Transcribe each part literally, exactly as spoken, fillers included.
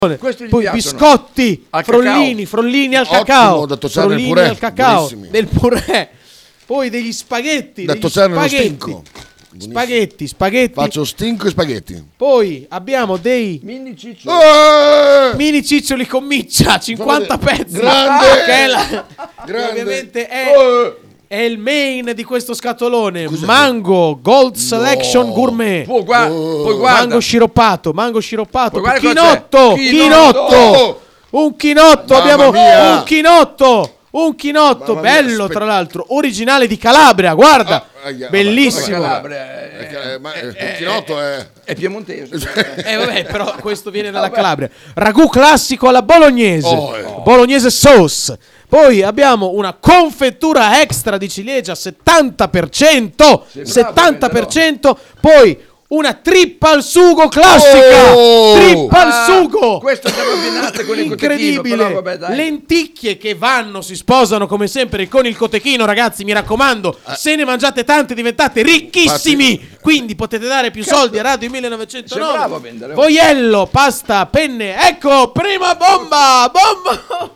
Questi gli Poi piacciono. biscotti, Al frollini, cacao. frollini al Ottimo, cacao, da toccare nel frollini purè, al cacao, buonissimi. del purè. Poi degli spaghetti, Da degli toccare nello spaghetti. stinco. Buonissimo. Spaghetti, spaghetti. Faccio stinco e spaghetti. Poi abbiamo dei Mini ciccio. Eh! mini ciccioli con miccia, cinquanta vedere. pezzi. Grande! Che è la- che Grande. ovviamente è, Eh! è il main di questo scatolone. Cos'è? Mango Gold Selection Gourmet. Poi, gua- Oh. poi guarda. Mango sciroppato, mango sciroppato. Poi guarda cosa Chinotto, c'è. chinotto. Chinotto. Un chinotto, Mamma abbiamo mia. un chinotto. Un chinotto Mamma mia, bello, aspe- tra l'altro, originale di Calabria, guarda. Ah, ahia, Bellissimo. Calabria è, Eh, ma, eh, il chinotto è... è piemontese. Eh vabbè, però questo viene dalla Calabria. Ragù classico alla bolognese. Oh, eh. Bolognese sauce. Poi abbiamo una confettura extra di ciliegia settanta per cento. Sei bravo, settanta per cento. Poi una trippa al sugo classica. Oh! Trippa al Ah, sugo. Queste sono abbinate con il cotechino, Incredibile. però vabbè, dai. Lenticchie che vanno, si sposano come sempre con il cotechino, ragazzi, mi raccomando. Se ne mangiate tante diventate ricchissimi. Quindi potete dare più soldi a Radio Sei bravo a millenovecentonove. vendere. Voiello, pasta, penne. Ecco, prima bomba, bomba.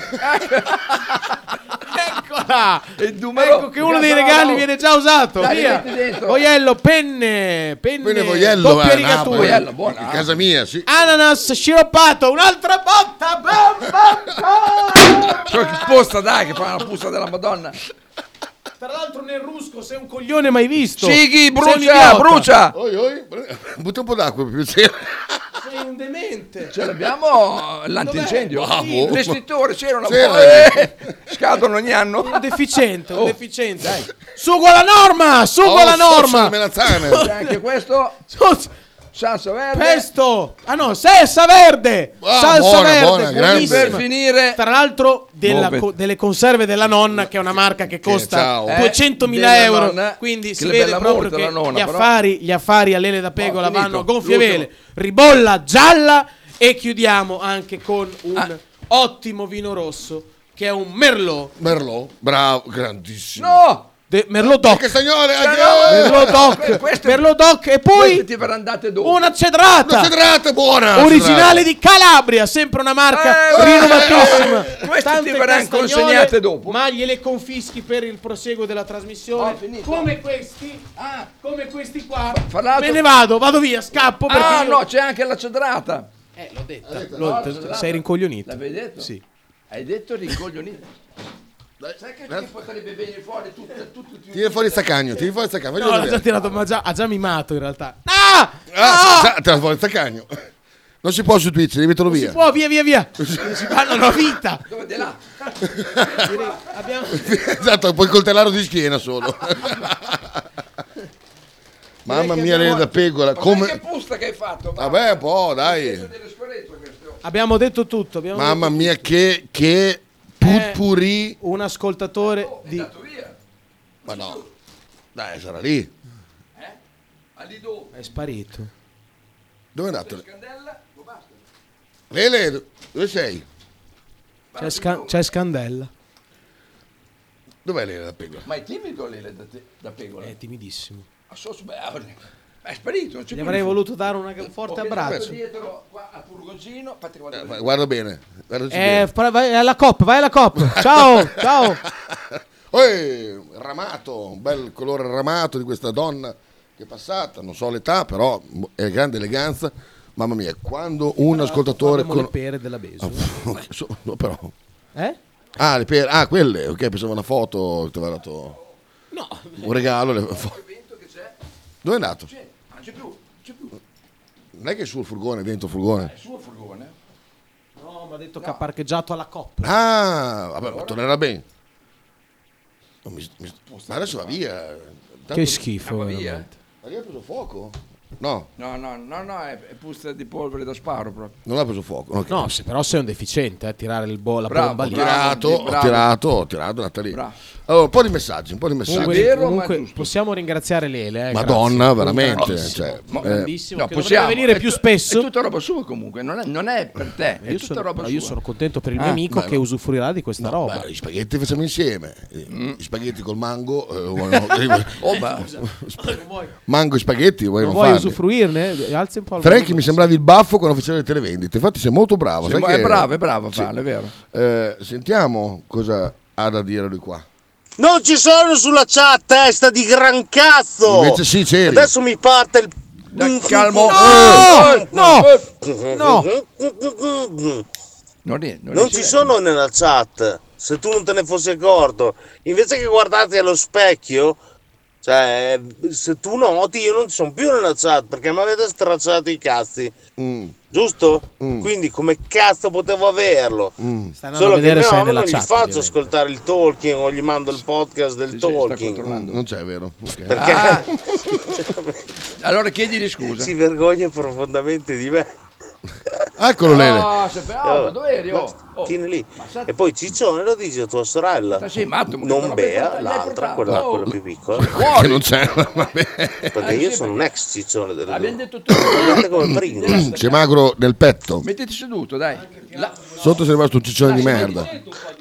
Eccola. Il numero- Ecco che uno dei No, regali no. viene già usato. Dai, Via. metti dentro. Voiello, penne, penne, Quindi voiello doppia a rigatura. Napoli. Voiello, buona. In casa mia, sì. Ananas sciroppato, un'altra botta. Bam, bam, bam. Cioè, che posta, dai, che fa una puzza della Madonna. Tra l'altro nel rusco sei un coglione mai visto. Sighi, Sei un brucia, idiota. brucia. Oi, oi. Butta un po' d'acqua più piacere. Sei un demente. Ce l'abbiamo l'antincendio. Bravo. L'estinttore c'era una C'era. po'. Eh, scadono ogni anno. Un deficiente, un Oh. deficiente. Sugo alla norma, sugo Oh, alla socio norma. di melanzane. C'è anche questo. Salsa verde. Pesto. Ah no, salsa verde. Ah, salsa buona, verde, buona, grande. buonissima. Per finire. Tra l'altro della Nuove. co- delle conserve della nonna, che è una marca che costa ciao. Eh, duecentomila della euro, nonna, quindi che si le vede bella proprio morte che la nonna, gli, però. affari, gli affari a Lele da Pegola No, finito. vanno a gonfie vele. L'ultimo. Ribolla gialla e chiudiamo anche con un Ah. ottimo vino rosso che è un Merlot. Merlot, bravo, grandissimo. No! De- Merlot Eh, Doc. che signore, Cioè, anche- no, Merlot Doc. que- queste- Merlot Doc e Queste poi ti verranno date dopo. una cedrata. Una cedrata buona. Originale di Calabria, sempre una marca Eh, rinomatissima. eh, queste Tante ti verranno castagnole, consegnate dopo. ma gliele confischi per il proseguo della trasmissione. Ho finito. Come questi, Ah, come questi qua. fra l'altro- Me ne vado, vado via, scappo perché ah io- no, c'è anche la cedrata. Eh, l'ho detto. No, L'ho- la te- cedrata. sei rincoglionito. L'avevi detto? Sì. Hai detto rincoglionito. Sai che ti potrebbe venire fuori tutto, tutto, tutto. Tira fuori il saccagno, tira fuori il saccagno. No, Voglio l'ha già vedere. tirato, ma già, ha già mimato in realtà. Ah! Ah, Ah! sa- tira fuori il saccagno. Non si può su Twitch, devi metterlo Si via. può, via, via, via. Si parlano a vita. Dove di là? Direi, abbiamo... Esatto, puoi coltellarlo di schiena solo. Mamma che mia, abbiamo- Lele da Pegola. Ma che Come... pusta che hai fatto? va. Vabbè, un po', dai. Delle scorette questo. abbiamo detto tutto. Abbiamo Mamma detto mia, che, che Eh. putpurì. un ascoltatore Oh, è di andato via. Ma no, dai, sarà lì. Eh? All'ido. è sparito. Dove è andato? Scandella. Oh, basta. Lele, dove sei? C'è, Sca- c'è Scandella. Dov'è Lele da Pegola? Ma è timido lì da, te- da Pegola? È timidissimo. Ah, so- beh, è sparito. Non c'è Gli più avrei di- voluto dare un forte Ho visto abbraccio. dietro qua a furgoncino. Infatti, guarda, Eh, guarda bene. Guardaci Eh, bene. fra- vai alla coppa, vai alla coppa. Ciao, ciao. Oi, ramato, un bel colore ramato di questa donna che è passata, non so l'età, però è grande eleganza. Mamma mia, quando un ascoltatore Abbiamo le con... pere della Besu. Ok, so- no, però... Eh? Ah, le pere... ah, quelle, ok, pensavo una foto che ti aveva dato No. un regalo. le fo- vento che c'è. Dove è andato? C'è. Non c'è più. Non c'è più. Non è che è sul furgone, dentro il furgone. È il suo furgone. No, mi ha detto che ha parcheggiato alla coppa. Ah, vabbè, ma tornerà bene. Oh, mi- mi- ma adesso va via. Tanto- Che schifo, va via. veramente. Ma lì ha preso fuoco? No, No, no, no, no, è, è puzza di polvere da sparo proprio. non ha preso fuoco. ok. No, se però sei un deficiente, eh, tirare il bo- la Bravo, bomba lì. Ho bravo. tirato, ho bravo. tirato, ho tirato, è andata lì. Bravo. Allora, un po' di messaggi, un po' di messaggi. Comunque, vero, ma comunque giusto. possiamo ringraziare Lele. Eh, Madonna, grazie. veramente, Grandissimo, cioè, ma- eh, grandissimo, No, che possiamo. dovrebbe venire È più tu- spesso. È tutta roba sua comunque, non è, non è per te, è Io tutta sono, roba però sua. io sono contento per il mio Ah, amico beh, che usufruirà di questa no, roba. beh, gli spaghetti facciamo insieme. Mm. Gli spaghetti col mango. eh, vuoi- Oh, beh. Non vuoi, mango e spaghetti. Vuoi non non vuoi fare? usufruirne? Alzi un po' il Frankie, volume. mi sembravi il baffo quando facevo le televendite. Infatti sei molto bravo. Sì, sai ma che- è bravo, è bravo a Sì. farlo, è vero. Eh, sentiamo cosa ha da dire lui qua. Non ci sono sulla chat, testa di gran cazzo! Invece sì, c'eri. Adesso mi parte il... Dai, calmo. No! No! Non, è, non, Non è ci serio. sono nella chat, se tu non te ne fossi accorto. Invece che guardarti allo specchio, cioè, se tu noti, io non ci sono più nella chat perché mi avete stracciato i cazzi, Mm, giusto? Mm. Quindi come cazzo potevo averlo? mm. Stai andando Solo a che vedere se no, è nella non gli chat. faccio direi. ascoltare il talking o gli mando il podcast del Sì, sì, sta talking. controllando. Non c'è, vero? Ok. Perché Ah. Allora chiedigli scusa. si vergogna profondamente di me. Eccolo Lele. Ah, sappiamo, ma dove eri? Oh, oh. Tieni lì. sa- E poi Ciccione lo dice a tua sorella. Ma sì, matto, ma Non non Bea, l'hai l'altra, portato. quella, Oh. quella più piccola. Che Fuori. non c'è. Vabbè. Perché io sono un ex Ciccione delle Abbiamo due. detto tutto. Vedete come Pringles. C'è magro nel petto. Mettiti seduto, dai. La- Sotto sei rimasto un ciccione di merda.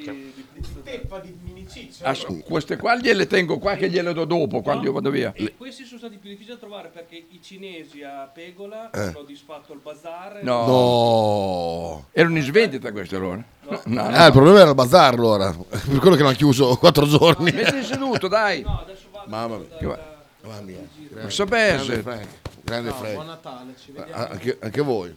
ah, so- queste qua gliele tengo qua che gliele do dopo quando io vado via. E questi sono stati più difficili da trovare perché i cinesi a Pegola hanno disfatto il bazar. No. No. Erano in svendita questi allora. No, no. Ah, il problema era il bazar allora. Per quello che l'hanno chiuso quattro giorni. Mettiti seduto, dai. No, adesso vado Mamma mia. Che va- Mamma mia. Non Grande sapesse. Frank. Grande Buon Frank. Natale, ci vediamo. Ah, Anche, anche voi.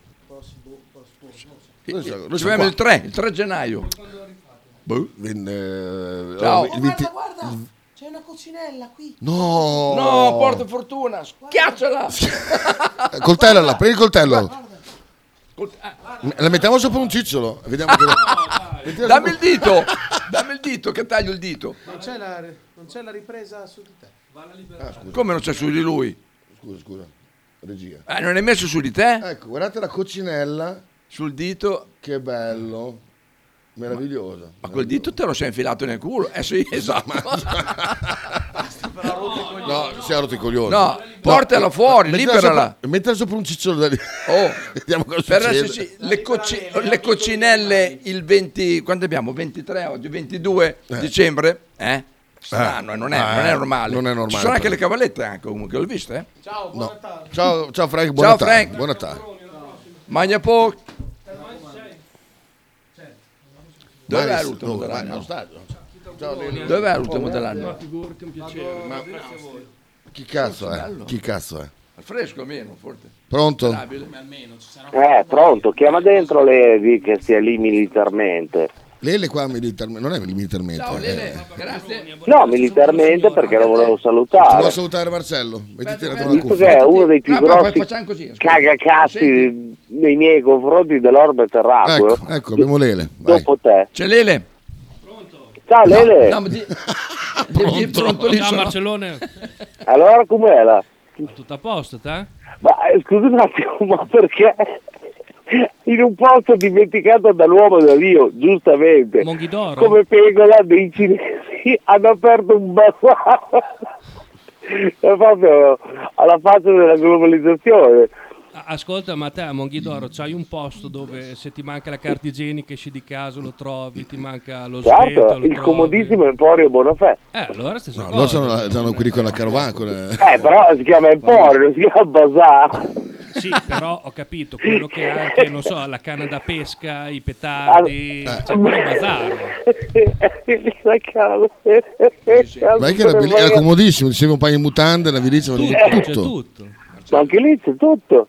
Noi siamo- noi Ci siamo vediamo qua. il tre, il tre gennaio. Boh. Vin- eh, Ciao. il venti- guarda, c'è una coccinella qui. No. No, porta fortuna, schiacciala. Eh, Coltellala, prendi il coltello. Col- ah, La mettiamo sopra un cicciolo. Vediamo che... Mettiamo Dammi sopra- il dito, dammi il dito che taglio il dito. Non c'è la, non c'è la ripresa su di te. Come non c'è su di lui? Scusa, scusa. Regia. Eh, non è messo su di te? Ecco, guardate la coccinella. Sul dito. Che bello. Meravigliosa. Ma quel dito te lo sei infilato nel culo? Eh sì, esatto. No, si è rotto i coglioni. No, portala fuori, Mettila liberala. sopra- Mettila sopra un cicciolo da lì. Oh, Vediamo cosa per succede. esserci, le, cocci- le coccinelle il venti, quando abbiamo? ventitré oggi, ventidue dicembre? Eh? Saranno, Eh. non, è, Eh, non è normale. non è normale, Ci sono anche però. le cavallette anche comunque, l'ho viste? Eh? Ciao, buon Natale. Ciao, ciao Frank, buon Ciao, Natale. Frank. Buon Natale. Magna po'. Dove Vai, è l'ultimo dove? Vai, dell'anno? allo stadio. Ciao, Lele. Dove è l'ultimo dell'anno? Figurati, un piacere. Ma- Chi cazzo è? Chi cazzo è? Al fresco almeno, forte. Pronto? Stabile. Eh, pronto, chiama dentro Levi che sia lì militarmente. Lele qua militarmente, non è militarmente. Ciao eh. Lele, grazie. No, militarmente perché lo volevo Ti vuoi salutare. salutare Marcello? Mettiti Aspetta, dentro la Visto cuffia. che è uno dei più No, però grossi facciamo così. ascolta. cagacazzi Senti, nei miei confronti dell'orbe terracqueo, Ecco, ecco, abbiamo Lele. Vai. dopo te. C'è Lele. Ciao Lele, No, ma di- di- di- pronto lì Ciao sono. Marcellone, allora com'era? tutto a posto te? Ma eh, scusa un attimo, ma perché in un posto dimenticato dall'uomo e da Dio, giustamente, Monghidoro? come Pegola dei cinesi hanno aperto un bazar è proprio alla faccia della globalizzazione. A- Ascolta, ma te a Monghidoro c'hai un posto dove se ti manca la carta igienica esci di casa lo trovi, ti manca lo svelto Certo, lo il trovi. comodissimo Emporio Bonafè. Eh, allora stessa No, cosa. loro sono, sono quelli con la carovana. Con le... Eh, però si chiama Emporio, non si chiama Bazar. Sì, però ho capito, quello che ha anche, non so, la canna da pesca, i petardi, Ah, cioè quello è bazar. La cazzo. Ma è che era, belli- era comodissimo, diceva un paio di mutande, la virice, Tutto, tutto. c'è tutto. Ma anche lì c'è tutto.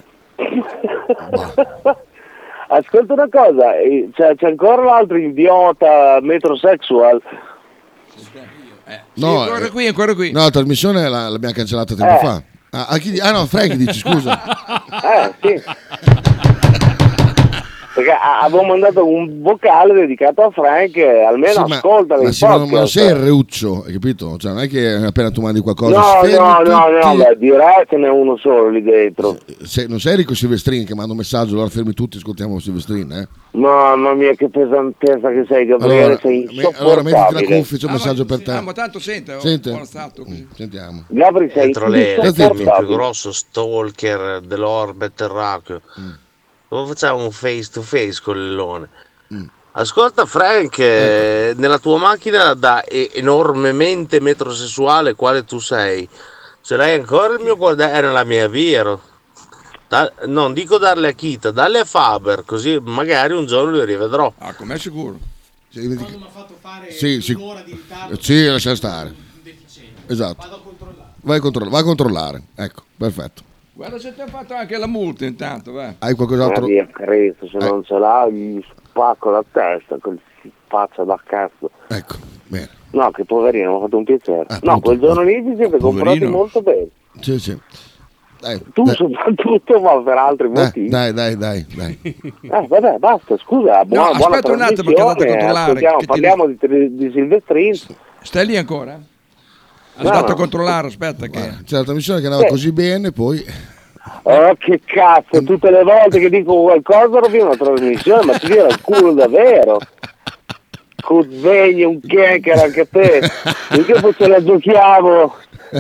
Bah. Ascolta una cosa, eh, c'è, c'è ancora l'altro idiota metrosexual. Eh, sì, No, ancora eh, qui, ancora qui. No, la trasmissione la- l'abbiamo cancellata tempo Eh. fa. Ah, a chi di- ah no, Frank dici, scusa. Eh, sì. Perché a- avevo mandato un vocale dedicato a Frank, eh, almeno Sì, ma, ascoltalo ma, in sì, ma non- ma non podcast. sei il reuccio, hai capito? Cioè, non è che appena tu mandi qualcosa No, sfermi no, no, no, tutti. beh, direi ce n'è uno solo lì dentro. Se- non sei Enrico Silvestrini che manda un messaggio, allora fermi tutti, ascoltiamo Silvestrini, eh? Mamma mia, che pesantezza che sei, Gabriele, Allora, sei me- allora mettiti la insopportabile. cuffia, c'è un Ah, ma- messaggio per sì, te. ah, ma tanto sente, oh, Sente? buono stato così. Mm, sentiamo. Gabri, sei Dentro lei, il insopportabile. più grosso stalker dell'orbe terracqueo. Dove facciamo un face to face con l'ellone? Ascolta Frank, eh, nella tua macchina da e- enormemente metrosessuale quale tu sei, ce l'hai ancora il mio quaderno? Era la mia Vero. Da- non dico darle a Kita, dalle a Faber, così magari un giorno li rivedrò. Ah, com'è sicuro? Sì, mi dica- Quando mi ha fatto fare Sì, sì. un'ora di ritardo, Sì, lascia stare. deficiente. Esatto. Vado a controllare. Vai a controllare, vai a controllare. Ecco, perfetto. Guarda se ti hanno fatto anche la multa intanto, va. Hai Ma qualcos'altro? via Cristo, se Eh. non ce l'ha gli spacco la testa, quel faccia da cazzo. Ecco, bene. No, che poverino, mi ha fatto un piacere. Ah, no, appunto. quel giorno lì ti siete comprati Poverino. molto bene. Sì, sì. Dai, Tu dai, soprattutto, ma per altri dai, motivi. dai, dai, dai, dai. Eh, vabbè, basta, scusa, buona, buona aspetta un attimo, che andate a trasmissione, controllare, ascoltiamo, che ti- parliamo di, tri- di Silvestrin. Stai lì ancora? Ho No, andato no. a controllare, aspetta che... Guarda, c'è la trasmissione che andava Sì. così bene, poi... Oh, che cazzo, tutte le volte che dico qualcosa rovino una trasmissione, ma ti viene il culo davvero. Cudvegni, un chiacchiera anche te. Perché poi ce la giochiamo.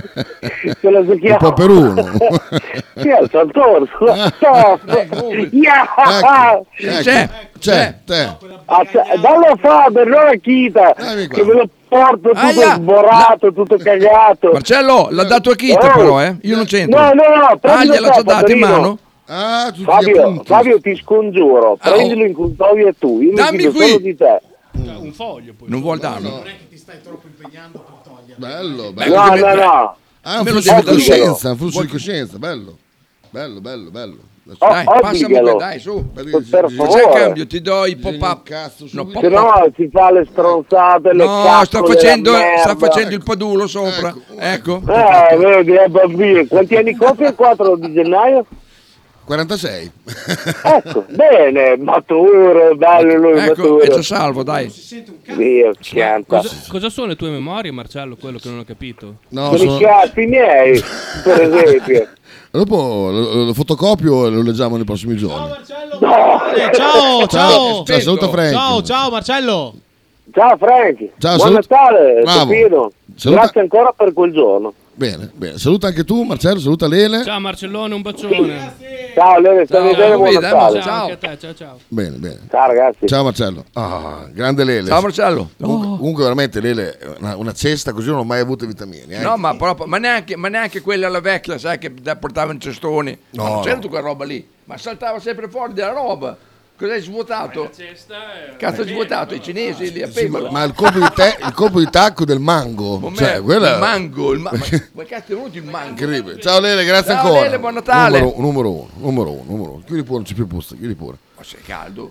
Ce la giochiamo. Un po' per uno. Sì, al Sant'Orso. Ecco, Yeah! ecco, C'è, c'è, te. Ah, cioè, dallo a Faber, non a Kita, Dammi qua. che me lo porto tutto Aia! sborato, tutto cagato. Marcello, l'ha dato a Kita Oh. però, eh? Io non c'entro. No, no, no, Ah, prendilo gliel'ha te, già dato in Paperino. mano? Ah, tutti gli Fabio, appunti. Fabio, ti scongiuro, Ah, prendilo in custodia tu, io mi Dammi fido qui. solo di te. Cioè, un foglio poi. Non vuol darlo? Non è che ti stai troppo impegnando per togliere. Bello, bello. No, no, no. Ah, un Me lo flusso di dico da lui. coscienza, un flusso di coscienza, bello. Bello, bello, bello. Adesso- Oh, Dai, oh, passami diglielo. qui, dai, su. bello per che- favore. C'è il cambio, ti do i Disegni pop-up. un cazzo No, subito. Se pop-up. no si fa le stronzate, le No, cazzole, sta facendo, la sta merda. facendo il padulo sopra. Ecco, Ecco. Eh, vedi, è bambino. Quanti anni compie il quattro di gennaio? quarantasei. Ecco, bene, maturo, bello lui, Ecco, maturo. è già salvo, dai. Dio, chianta. Cosa, cosa sono le tue memorie, Marcello? Quello che non ho capito. No, Sono sono... i cazzi miei, per esempio. Dopo lo, lo fotocopio e lo leggiamo nei prossimi giorni. Marcello, eh, ciao, ciao. Ciao, saluta Frank. Ciao, ciao Marcello. Ciao Frank, Ciao, buon salut- Natale, Bravo. Topino. Saluta- Grazie ancora per quel giorno. Bene, bene. Saluta anche tu, Marcello, saluta Lele. Ciao Marcellone, un bacione. Ciao Lele, stai Ciao, bene, buon vedi, Natale. Ciao, Ciao. anche a te, ciao ciao. Bene, bene. Ciao ragazzi. Ciao Marcello. Ah, grande Lele. Ciao Marcello. Comunque, comunque veramente Lele è una, una cesta così non ho mai avuto vitamini. Eh. No, ma proprio, ma neanche, ma neanche quella alla vecchia, sai, che da- portava in cestoni. No, Ma non c'era no. tu quella roba lì, ma saltava sempre fuori della roba. Cos'hai svuotato? Cazzo, hai svuotato i cinesi lì a Sì, ma, Pemolo. ma il colpo di, te, il colpo di tacco del mango. Com'è? Cioè, quella Il mango, il ma- ma- ma cazzo è venuto il mango? incredibile. Ciao Lele, grazie Ciao, ancora. Lele, buon Natale. Numero, numero uno, numero uno, numero uno. Chiudi pure, non c'è più posto, chiudi pure. Ma sei caldo?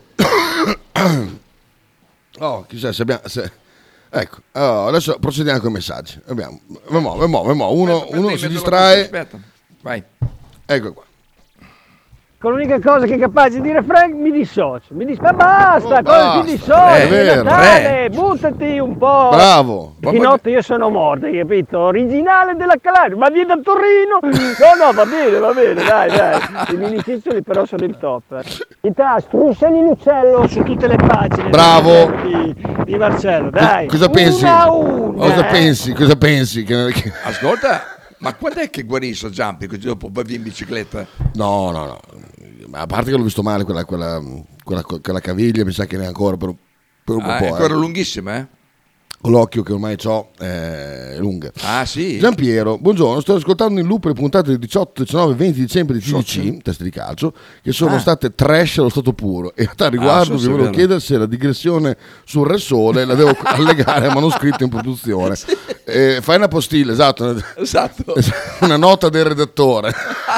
Oh, chissà se abbiamo... se- Ecco, allora, adesso procediamo con i messaggi. Abbiamo, vemo, vemo, vemo. Uno, Aspetta, uno aspetta, si metto la distrae. cuffia, Aspetta, vai. Ecco qua. Con l'unica cosa che è capace di dire Frank mi dissocio, mi dice ma basta, Oh, cosa basta. ti dissoci, È vero, Natale, buttati un po'. Bravo. Di notte io sono morto, hai capito? Originale della Calabria, ma vieni da Torino? No, no, va bene, va bene, dai, dai. I mini ciccioli però sono il top. Ita, strussali l'uccello su tutte le pagine. Bravo. Di, di Marcello, dai. Cosa pensi? Una a una, Cosa eh. pensi? Cosa pensi? Che, che- Ascolta, ma quando è che guarisce Giampi così dopo va via in bicicletta? No, no, no. Ma a parte che l'ho visto male quella, quella, quella, quella caviglia, mi sa che ne è ancora per, per un Ah, po'. è ancora eh. lunghissima, eh? Con l'occhio che ormai ho è lunga. Ah, sì? Giampiero, buongiorno, sto ascoltando in loop le puntate del diciotto, diciannove, venti dicembre di T D C, Soci. teste di calcio, che sono Ah. state trash allo stato puro. E a tal riguardo Ah, vi so, volevo sì, chiedere se la digressione sul Re Sole la devo allegare a manoscritto in produzione. Eh, fai una postilla, esatto, Esatto. una nota del redattore.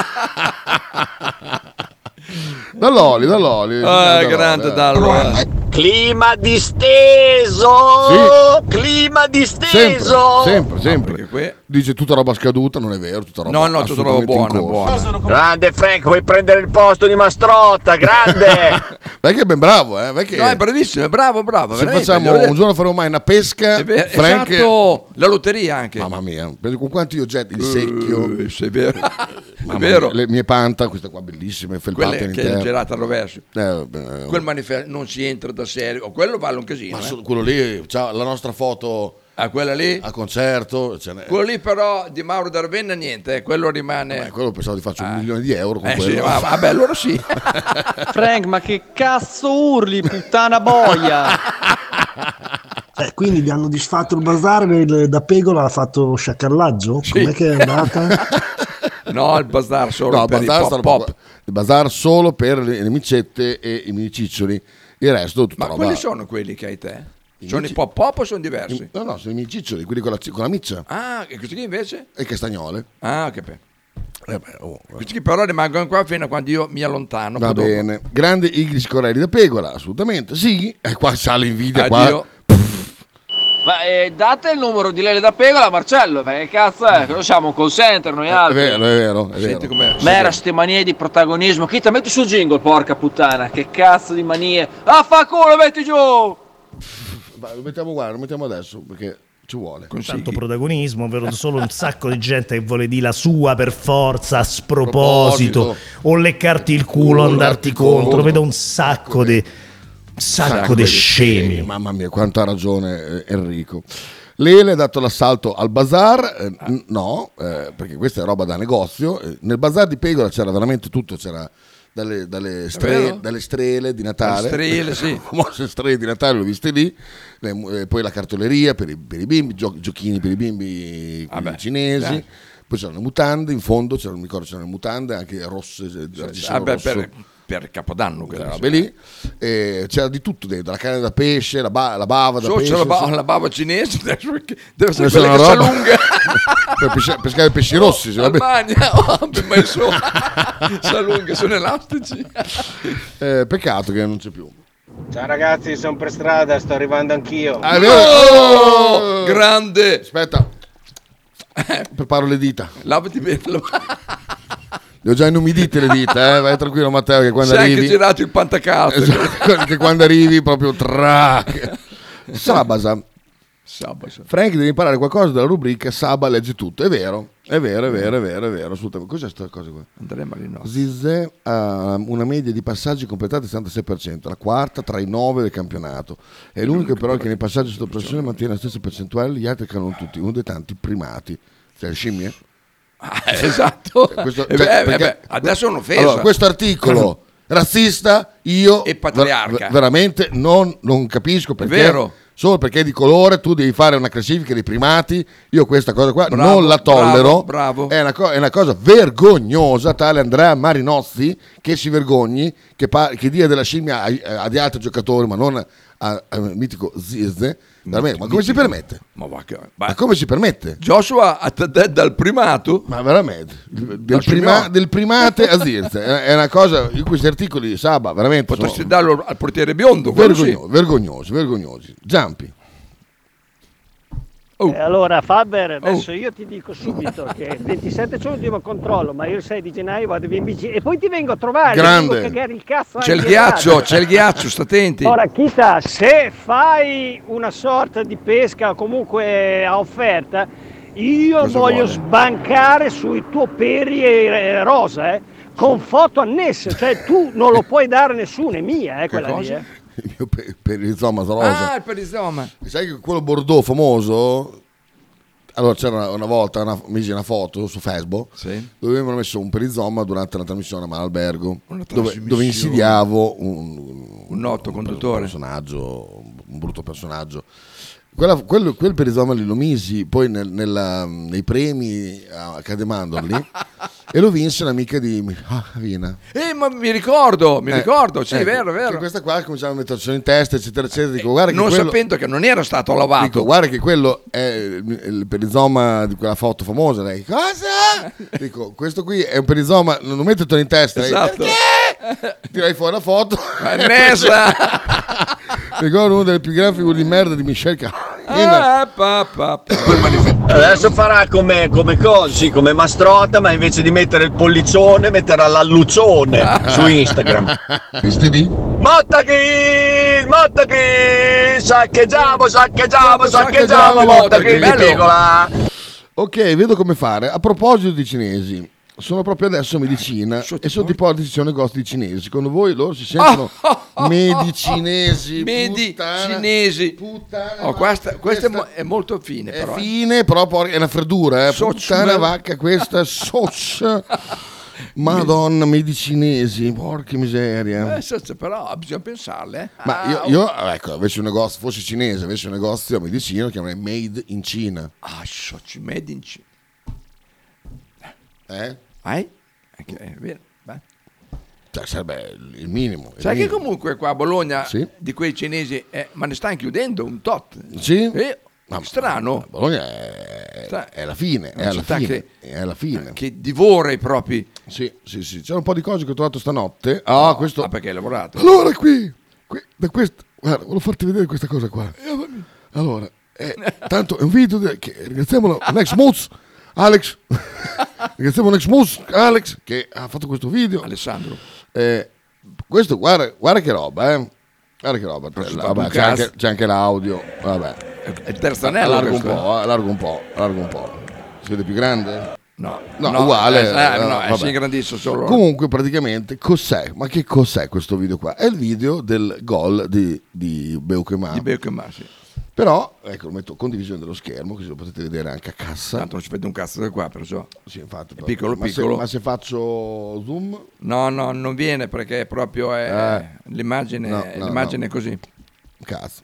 Dall'Oli, dall'Oli. Ah, grande Dallo. eh. Clima disteso! Sì. Clima Sempre, disteso! sempre, sempre. Perché qui... Dice tutta roba scaduta, non è vero, tutta roba No, no, tutta roba assolutamente in buona, corso. buona. Grande Frank, vuoi prendere il posto di Mastrotta? Grande! Vai che è ben bravo, eh? Vai che No, è bravissimo, è bravo, bravo. se veramente, facciamo glielo ho detto. un giorno faremo mai una pesca, È vero, Frank, esatto, la lotteria anche. mamma mia, vedi con quanti oggetti, il secchio, Eh, sì, è vero. è mamma vero. mia, le mie panta, queste qua bellissime, felpate Quelle in che è interno. girata al rovescio. Eh, beh, Quel manifesto non si entra da serio. O quello vale un casino. ma eh. so- quello lì, c'ha la nostra foto Ah, quella lì? a concerto, ce n'è. Quello lì però di Mauro D'Arvenna niente, eh, quello rimane... Eh, quello pensavo di farci un milione di euro con Eh sì, quello. ma- vabbè, allora sì. Frank, ma che cazzo urli, puttana boia? Eh, quindi vi hanno disfatto il bazar e il- da Pegola ha fatto sciacallaggio? Sì. Com'è che è andata? No, il bazar solo No, il per bazar, i stanno pop per- pop. il bazar solo per le, le micette e i mini ciccioli. Il resto tutta Ma roba. quali sono quelli che hai te? I Sono mici- i pop pop o sono diversi? No, no, sono i mini ciccioli, quelli con la, con la miccia Ah, e questi qui invece? e castagnole. Ah, che pe- Eh beh, oh, Questi qui però rimangono qua fino a quando io mi allontano. va poi dopo. bene. Grande Igris Corelli da Pegola, assolutamente. Sì, e qua sale invidia qua. Addio. Ma eh, date il numero di Lele da Pegola a Marcello, perché cazzo è? Cosa siamo un call center noi È altri? vero, è vero, è Senti vero. com'è. Ma era ste manie di protagonismo. Chi te metti sul jingle, porca puttana? Che cazzo di manie? Ah, fa culo, metti giù! Ma lo mettiamo, guarda, lo mettiamo adesso perché ci vuole. Tanto protagonismo, vedo solo un sacco di gente che vuole dire la sua per forza, a sproposito, Proposito. o leccarti il culo, Culo, andarti andarti contro. contro. Vedo un sacco di sacco di scemi. Mamma mia, quanto ha ragione eh, Enrico. Lele ha dato l'assalto al bazar, eh, n- no, eh, perché questa è roba da negozio. Eh, nel bazar di Pegola c'era veramente tutto, c'era dalle, dalle, stre- vero? dalle strele di Natale. Le strele, sì. Le famose strele di Natale, l'ho viste lì. Le- eh, poi la cartoleria per i, per i bimbi, gio- giochini per i bimbi quelli Vabbè, cinesi. dai. Poi c'erano le mutande, in fondo c'erano, mi ricordo c'erano le mutande anche rosse, eh, argicino Ah, beh, rosso. per, per Capodanno Quelle quella robe lì. E c'era di tutto dentro, la carne da pesce, la, ba- la bava da So, pesce. c'è la, ba- sì. la bava cinese, deve essere Questa è quella una che si roba- allunga. per pesce- pescare i pesci rossi, se va bene. Albania, oh, ben messo. Si allunga, sono elastici. Eh, peccato che non c'è più. Ciao ragazzi, sono per strada, sto arrivando anch'io. Ah, è vero? Oh, grande. Aspetta, preparo le dita. Lavati bene. Le ho già inumidite le dita, eh? Vai tranquillo Matteo che quando Si è arrivi... anche girato il pantacalzo. Esatto, che quando arrivi proprio tra... Sabasa. Sabasa. Frank deve imparare qualcosa dalla rubrica Saba legge tutto. È vero, è vero, è vero, è vero, è vero, assolutamente. Cos'è questa cosa qua? Andrea Marino. Zizze ha una media di passaggi completati del settantasei per cento, la quarta tra i nove del campionato. È l'unico però che nei passaggi sotto pressione mantiene la stessa percentuale, gli altri cadono tutti, uno dei tanti primati. Cioè, scimmie? Ah, esatto. Questo- Eh cioè, beh, perché- eh beh, adesso è un'offesa. Allora, questo articolo razzista, io E patriarca. ver- veramente non, non capisco perché. vero. Solo perché è di colore tu devi fare una classifica dei primati. Io questa cosa qua Bravo, non la tollero. bravo, bravo. È, una co- è una cosa vergognosa. Tale Andrea Marinozzi che si vergogni, che, pa- che dia della scimmia a, a di altri giocatori, ma non a- al mitico Zizze. Veramente, ma come si permette? Ma va che... Ma come si permette? Joshua a te- te- dal primato. Ma veramente, del, Dal prima- scimmiotta. del primate a Zirze è è una cosa. Io questi articoli, Saba, veramente Potresti sono darlo al portiere biondo. quello sì. vergogno- vergognosi, vergognosi. Giampi. E allora Faber, Oh. adesso io ti dico subito che ventisette c'è l'ultimo controllo, ma io il sei di gennaio vado via in bici e poi ti vengo a trovare. Grande. Ti vengo a cagare il cazzo C'è il anche ghiaccio, là. c'è il ghiaccio, sta attenti. Ora Kita, se fai una sorta di pesca comunque a offerta, io Cosa voglio vuole? sbancare sui tuoi peri e rosa, eh, con foto annesse, cioè tu non lo puoi dare a nessuno, è mia, eh, quella lì, cosa? eh. Il mio pe- perizoma rosa. Ah, il perizoma. Sai che quello Bordeaux famoso. Allora c'era una volta una, misi una foto su Facebook Sì. dove avevano messo un perizoma durante la trasmissione a Malalbergo Una dove, trasmissione. dove insidiavo un, Un noto un conduttore. personaggio, un brutto personaggio. Quella- quello- quel perizoma lì lo misi poi nel- nella- nei premi a Cademandorli e lo vinse un'amica di ah, Vina. Eh, ma mi ricordo, mi Eh, ricordo, sì, ecco, vero, che vero. questa qua cominciava a mettersi in testa, eccetera, eccetera. Dico, guarda che Non quello, sapendo che non era stato lavato. dico, guarda che quello è il, il perizoma di quella foto famosa. Lei, cosa? Dico, questo qui è un perizoma, non mettetelo in testa. Lei, Esatto. perché? Tirai fuori la foto. Annesa. Ricordo una delle più grandi figure di merda di Michel Carina. Ah, pa, pa, pa. Adesso farà come, come così, come Mastrota, ma invece di mettere il pollicione metterà l'allucione su Instagram. Visti lì? Mottaki! Mottaki! Saccheggiamo, saccheggiamo, saccheggiamo, Mottaki! Bello. Piccola! Ok, vedo come fare. A proposito di cinesi, sono proprio adesso a medicina e sono tipo a decisione negozi di cinesi. Secondo voi loro si sentono medicinesi? Medi puttana, cinesi. puttana, Oh, questa, questa è, questa mo- è molto fine, è però. eh. fine, però poi è una freddura, eh. Soc- Puttana vacca questa, soc. Madonna, medicinesi, porca miseria. Eh, se- se- però bisogna pensarle. eh. Ma Ah, io, io, ecco, avessi un negozio, fossi cinese, avessi un negozio a medicina, lo chiamerei Made in Cina. Ah, soci made in Cina. Eh? Eh? È è vero. Beh. Cioè, sarebbe il minimo. il Sai che minimo. comunque qua a Bologna Sì. di quei cinesi, eh, ma ne stanno chiudendo un tot. Sì? Eh, Ma- strano. Bologna è, Sta- è la fine, è Una alla città fine, che- è alla fine. Che divora i propri. Sì, sì, sì. C'era un po' di cose che ho trovato stanotte. Ah, questo... Ah, perché hai lavorato? Allora qui, qui da questo, guarda, volevo farti vedere questa cosa qua. Allora, eh, tanto è un video de- che ringraziamo l'ex Muz, Alex, ringraziamo l'ex Muz, Alex, che ha fatto questo video. Alessandro. Eh, questo, guarda, guarda che roba, eh. Guarda che roba. Questo Eh, fa vabbè, un c'è, cazzo. anche, c'è anche l'audio. Vabbè. È il terzo anello Allargo un questo, po', eh, allargo un po', allargo un po'. Si vede più grande? No, No, no, uguale. eh, eh, eh, no, eh, vabbè. si ingrandisce solo. Comunque, praticamente, cos'è? Ma che cos'è questo video qua? È il video del gol di, di Beukema. Di Beukema, sì. Però, ecco, lo metto condivisione dello schermo, così lo potete vedere anche a cassa. Tanto non ci vede un cazzo da qua, perciò. Sì, infatti. È piccolo, ma piccolo. Se, ma se faccio zoom? No, no, non viene perché proprio è Eh. l'immagine, No, no, l'immagine no. è così. Cazzo.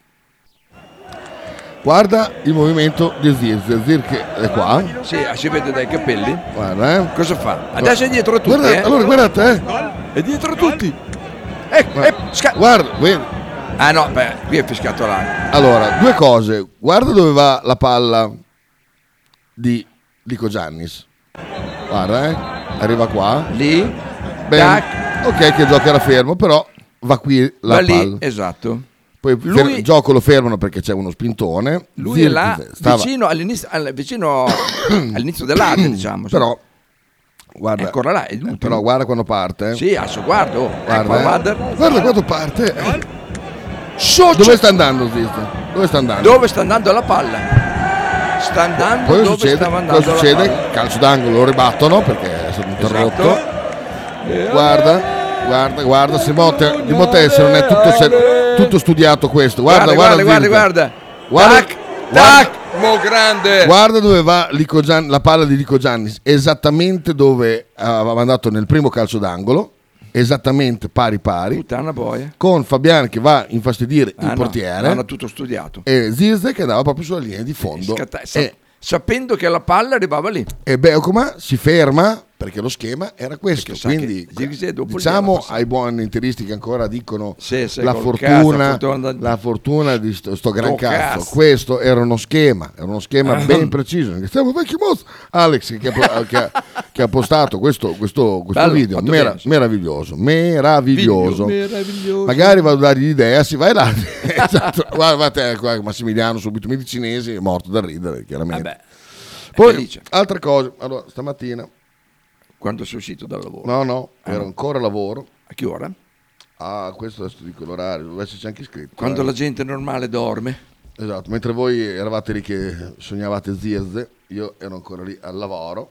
Guarda il movimento di Zir. Zir che è qua. Sì, si vede dai capelli. Guarda, eh. Cosa fa? Adesso è dietro a tutti, Guarda, eh. allora guardate, eh. È dietro a tutti. Eh, eh, sca- Guarda, vedi. Ah no, beh, qui è fiscato là. Allora, due cose. Guarda dove va la palla di Lico Giannis. Guarda, eh. Arriva qua. Lì. Beh, Tac. ok che il gioco era fermo, però va qui la Va lì, palla. esatto. Poi Lui- fer- il gioco lo fermano perché c'è uno spintone. Lui Zir è là, stava- vicino all'inizio, al- vicino all'inizio dell'arte, diciamo. Però, guarda, È ancora là, è eh, l'ultimo. però guarda quando parte. eh. Sì, adesso guardo. Oh, Guarda, ecco, eh. guarda. Guarda quando parte. eh. Socio- Dove sta andando Zir? Dove sta andando? Dove sta andando la palla? Sta andando Cosa dove succede? stava andando Cosa la succede? palla. Calcio d'angolo, lo ribattono perché è stato interrotto. Esatto. Guarda, guarda, guarda, se Motte, di Mottese non è tutto, se- tutto studiato questo. Guarda, Guarda, guarda, guarda, Zirkzee. guarda. Guarda, Tac, guarda- tac, mo grande. guarda dove va Lico Gian- la palla di Lico Giannis, esattamente dove aveva mandato nel primo calcio d'angolo, esattamente pari pari, Puttana boia. con Fabian che va a infastidire Ah, il no, portiere hanno tutto studiato. e Zirkzee che andava proprio sulla linea di fondo. Scatta- sa- e, sapendo che la palla arrivava lì. e Beukema si ferma perché lo schema era questo. Perché sa Quindi che Zirkzee dopo gli diciamo era passato. ai buoni interisti che ancora dicono Sì, sì, la, col fortuna, cazzo, la fortuna- la fortuna di sto, sto gran Sto cazzo. cazzo. Questo era uno schema, era uno schema ben preciso. Siamo vecchi moz. Alex che ha, che ha- che ha postato questo, questo, questo Bello, video fatto mera- bene, sì. meraviglioso, meraviglioso. Video meraviglioso. Magari vado a dargli l'idea, si vai là. Esatto. Guarda, guarda, qua Massimiliano subito medicinesi è morto da ridere, chiaramente. Vabbè, Poi felice. altre cose. Allora, stamattina quando sei uscito dal lavoro. no, no, Ah, ero no. ancora a lavoro. A che ora? Ah, questo adesso dico l'orario, deve esserci anche scritto. Quando eh. la gente normale dorme. Esatto, mentre voi eravate lì che sognavate Zirkzee, io ero ancora lì al lavoro.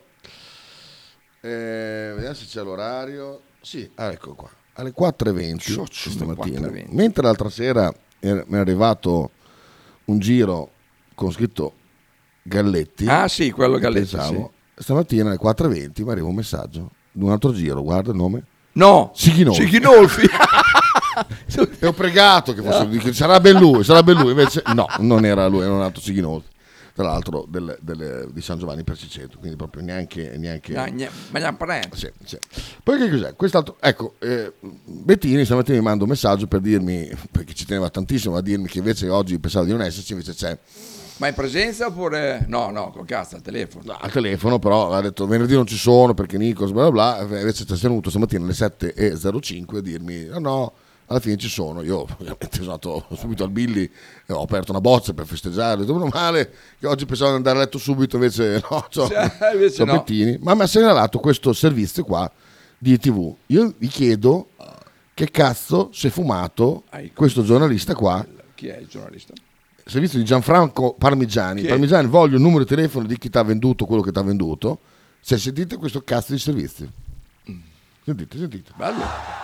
Eh, vediamo se c'è l'orario. Sì, ah, ecco qua. Alle quattro e venti Socio, stamattina. quattro e venti. Mentre l'altra sera er- mi è arrivato un giro con scritto Galletti. Ah sì, quello che Galletti, pensavo, stamattina alle quattro e venti mi arriva un messaggio di un altro giro, guarda il nome. No, Sighinolfi. Sighinolfi. E ho pregato che fosse che sarà ben lui, sarà ben lui, invece no, non era lui, era un altro Sighinolfi. Tra l'altro del- del- di San Giovanni Persiceto, quindi proprio neanche... neanche... No, gne- ma gli apparenti. Sì, sì. Poi che cos'è? Quest'altro, ecco, eh, Bettini stamattina mi manda un messaggio per dirmi, perché ci teneva tantissimo a dirmi che invece oggi pensavo di non esserci, invece c'è Ma in presenza oppure... No, no, col cazzo, al telefono. al telefono, però ha detto venerdì non ci sono perché Nikos bla bla bla, invece ci è venuto stamattina alle sette e zero cinque a dirmi no no, alla fine ci sono. Io ovviamente sono andato subito al Billy e ho aperto una bozza per festeggiare, ho detto meno male che oggi pensavo di andare a letto subito, invece no, c'ho, Cioè, invece c'ho no. Bettini, ma mi ha segnalato questo servizio qua di tivù. Io vi chiedo che cazzo si è fumato questo giornalista qua, Chi è il giornalista? servizio di Gianfranco Parmigiani. Chi è? Parmigiani, voglio il numero di telefono di chi ti ha venduto quello che ti ha venduto. Se sentite questo cazzo di servizio, sentite, sentite. Bello.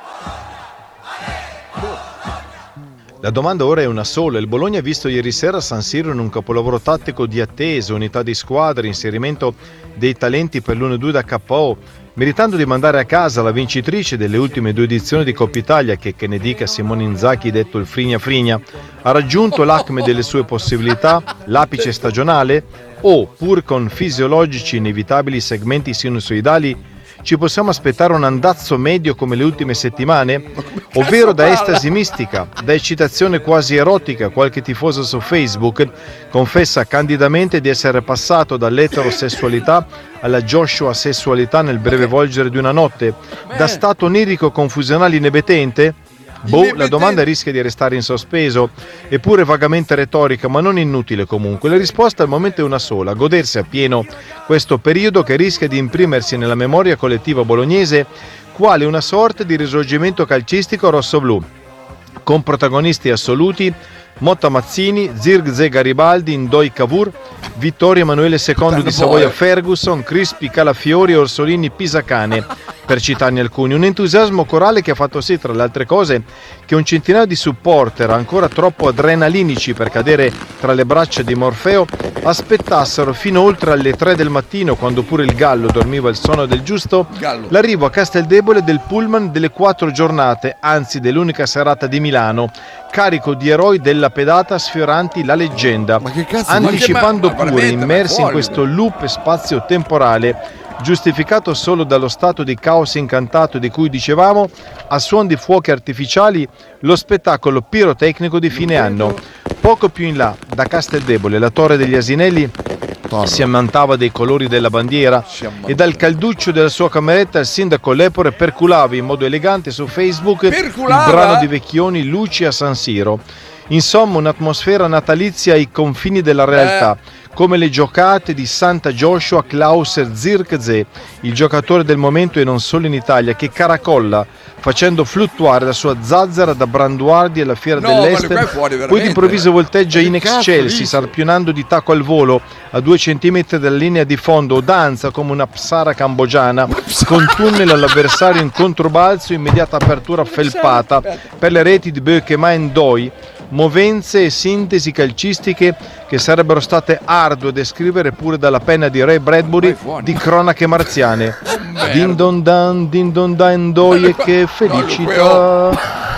La domanda ora è una sola. Il Bologna ha visto ieri sera a San Siro in un capolavoro tattico di attesa, unità di squadra, inserimento dei talenti per l'uno due da K O. meritando di mandare a casa la vincitrice delle ultime due edizioni di Coppa Italia che, che ne dica Simone Inzaghi detto il Frigna Frigna, ha raggiunto l'acme delle sue possibilità, l'apice stagionale, o pur con fisiologici inevitabili segmenti sinusoidali ci possiamo aspettare un andazzo medio come le ultime settimane? Ovvero da estasi mistica, da eccitazione quasi erotica, qualche tifoso su Facebook confessa candidamente di essere passato dall'eterosessualità alla Joshua sessualità nel breve volgere di una notte, da stato onirico confusionale inebetente? Boh, la domanda rischia di restare in sospeso, eppure vagamente retorica, ma non inutile comunque. La risposta al momento è una sola: godersi appieno questo periodo che rischia di imprimersi nella memoria collettiva bolognese quale una sorta di risorgimento calcistico rossoblù, con protagonisti assoluti Motta Mazzini, Zirkzee Garibaldi, Ndoi Cavour, Vittorio Emanuele secondo di Savoia Ferguson, Crispi Calafiori e Orsolini Pisacane, per citarne alcuni. Un entusiasmo corale che ha fatto sì, tra le altre cose, che un centinaio di supporter ancora troppo adrenalinici per cadere tra le braccia di Morfeo aspettassero fino oltre alle tre del mattino, quando pure il Gallo dormiva il sonno del giusto, Gallo. l'arrivo a Casteldebole del pullman delle quattro giornate, anzi dell'unica serata di Milano, carico di eroi della pedata sfioranti la leggenda, anticipando ma che- ma- ma pure, veramente, immersi ma in fuori. questo loop spazio-temporale, giustificato solo dallo stato di caos incantato di cui dicevamo, a suon di fuochi artificiali, lo spettacolo pirotecnico di fine anno. Poco più in là, da Casteldebole, la Torre degli Asinelli si ammantava dei colori della bandiera e dal calduccio della sua cameretta il sindaco Lepore perculava in modo elegante su Facebook Perculava? il brano di Vecchioni Luci a San Siro. Insomma, un'atmosfera natalizia ai confini della realtà, come le giocate di Santa Joshua Klaus Zirkzee, il giocatore del momento e non solo in Italia, che caracolla facendo fluttuare la sua zazzera da Branduardi alla Fiera No, ma dell'Est, qua è fuori, poi veramente. d'improvviso volteggia in Che cazzo excelsis, dici? sarpionando di tacco al volo a due centimetri dalla linea di fondo, o danza come una psara cambogiana, con tunnel all'avversario in controbalzo, immediata apertura felpata per le reti di Bökema e Ndoi, movenze e sintesi calcistiche che sarebbero state ardue da descrivere pure dalla penna di Ray Bradbury di cronache marziane. Din don dan, din don dan, Ndoi, e che felicità!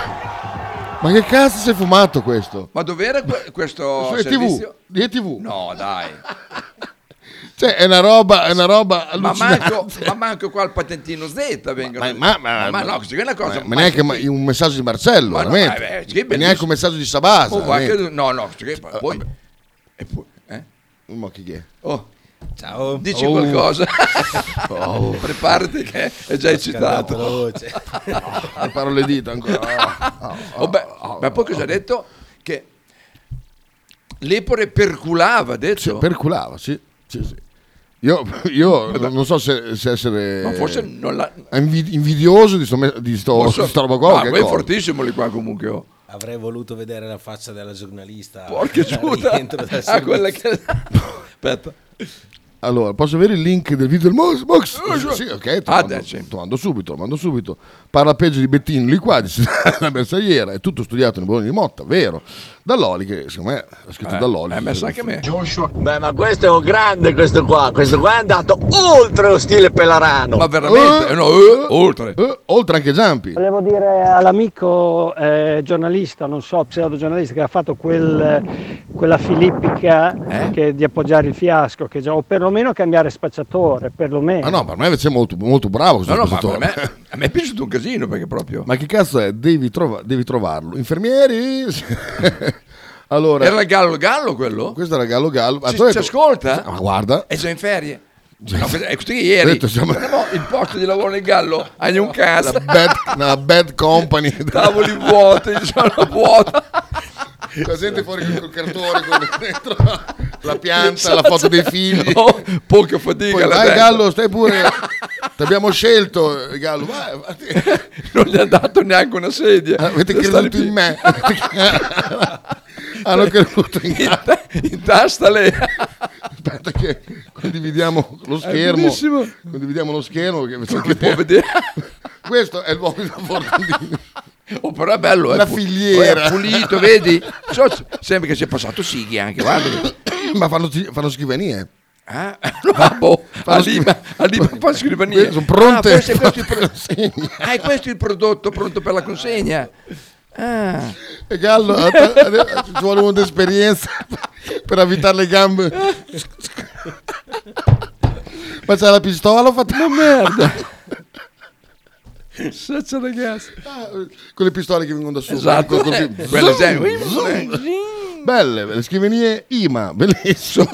Ma che cazzo sei fumato questo? Ma dov'era que- questo Sulle servizio? tivù, di tivù. No, dai. Cioè, è una roba, è una roba Ma allucinante. manco, ma manco qua il patentino Z vengono. Ma, ma, ma no, questa è una cosa. ma, ma neanche ma- un messaggio di Marcello, Ma no, veramente. eh, beh, sì, Ma neanche un messaggio di Sabasa. Oh, guarda veramente. che- no, no, che- poi, e poi, eh? Ma chi è? Oh. Ciao. Dici Oh. qualcosa. Oh. Preparati che è già eccitato. Preparo le dita ancora. Oh, beh, ma poi cosa ha detto? Che l'Epore perculava, ha detto. Sì, perculava, sì. sì, sì. Io, io non so se, se essere Ma forse non l'ha- invi- invidioso di sto, me- di sto, Posso- di sta roba qua. Ma che poi è cosa. fortissimo lì qua comunque. Oh. Avrei voluto vedere la faccia della giornalista. Porca al giuda. rientro dal Ah, quella servizio. che... Aspetta. Allora, posso avere il link del video del Mox? Mox? Sì, ok, te lo Ah, mando, dai, sì. te lo mando subito, lo mando subito. Parla peggio di Bettino lì qua, di la bersagliera, è tutto studiato nel Bologna di Motta, vero? Dall'Oli, che secondo me è scritto Eh, Dall'Oli. eh, ma sa che me. Beh, ma questo è un grande, questo qua. Questo qua è andato oltre lo stile Pelarano. Ma veramente? Eh, no, eh, oltre. Eh, oltre anche Giampi. Volevo dire all'amico eh, giornalista, non so, pseudo giornalista, che ha fatto quel, quella filippica Eh? che, di appoggiare il fiasco, che già, o perlomeno cambiare spacciatore, perlomeno. Ma no, per me invece è molto, molto bravo questo No, no, ma per spazzatore. me, a me è piaciuto un casino perché proprio. Ma che cazzo è? Devi, trova- devi trovarlo. Infermieri? Allora, Era il Gallo Gallo quello? questo era Gallo Gallo. Ah, Ci, tu hai ci detto- ascolta? Ma guarda, È già in ferie? No, questo- è questo che ieri. Ho detto, siamo- No, il posto di lavoro nel Gallo hai un cazzo. una bad, una bad company. Tavoli vuoti, sono vuota. La gente fuori col cartone con dentro la pianta, la foto dei figli. Oh, poca fatica. Poi la vai gente. Gallo, stai pure. Ti abbiamo scelto, il Gallo. Vai, vai. Non gli ha dato neanche una sedia. Avete Per stare creduto in qui. me. Hanno creduto in In, ta- in tasta lei. Aspetta che condividiamo lo schermo. bellissimo. Condividiamo lo schermo che, Che può vedere. questo è il luogo di Fortandini. Oh, però è bello, La è pu- filiera. è pulito, vedi? So- sembra che sia passato Sighi anche, guarda. Ma fanno, fanno scrivanie. Ah, no, a Lima, a Lima fa scrivania. Sono pronte. Ah, questo, è questo, il pro- ah, è questo il prodotto pronto per la consegna. Ah. E Gallo, a te- a te- ci vuole un'esperienza per avvitare le gambe. Ma c'è la pistola fatta ma merda. Saccia ragazzi. Ah, con le pistole che vengono da su. Esatto. Con- con- Eh, con- quelle zoom, sempre- zoom. Belle, le scrivanie I M A, bellissimo.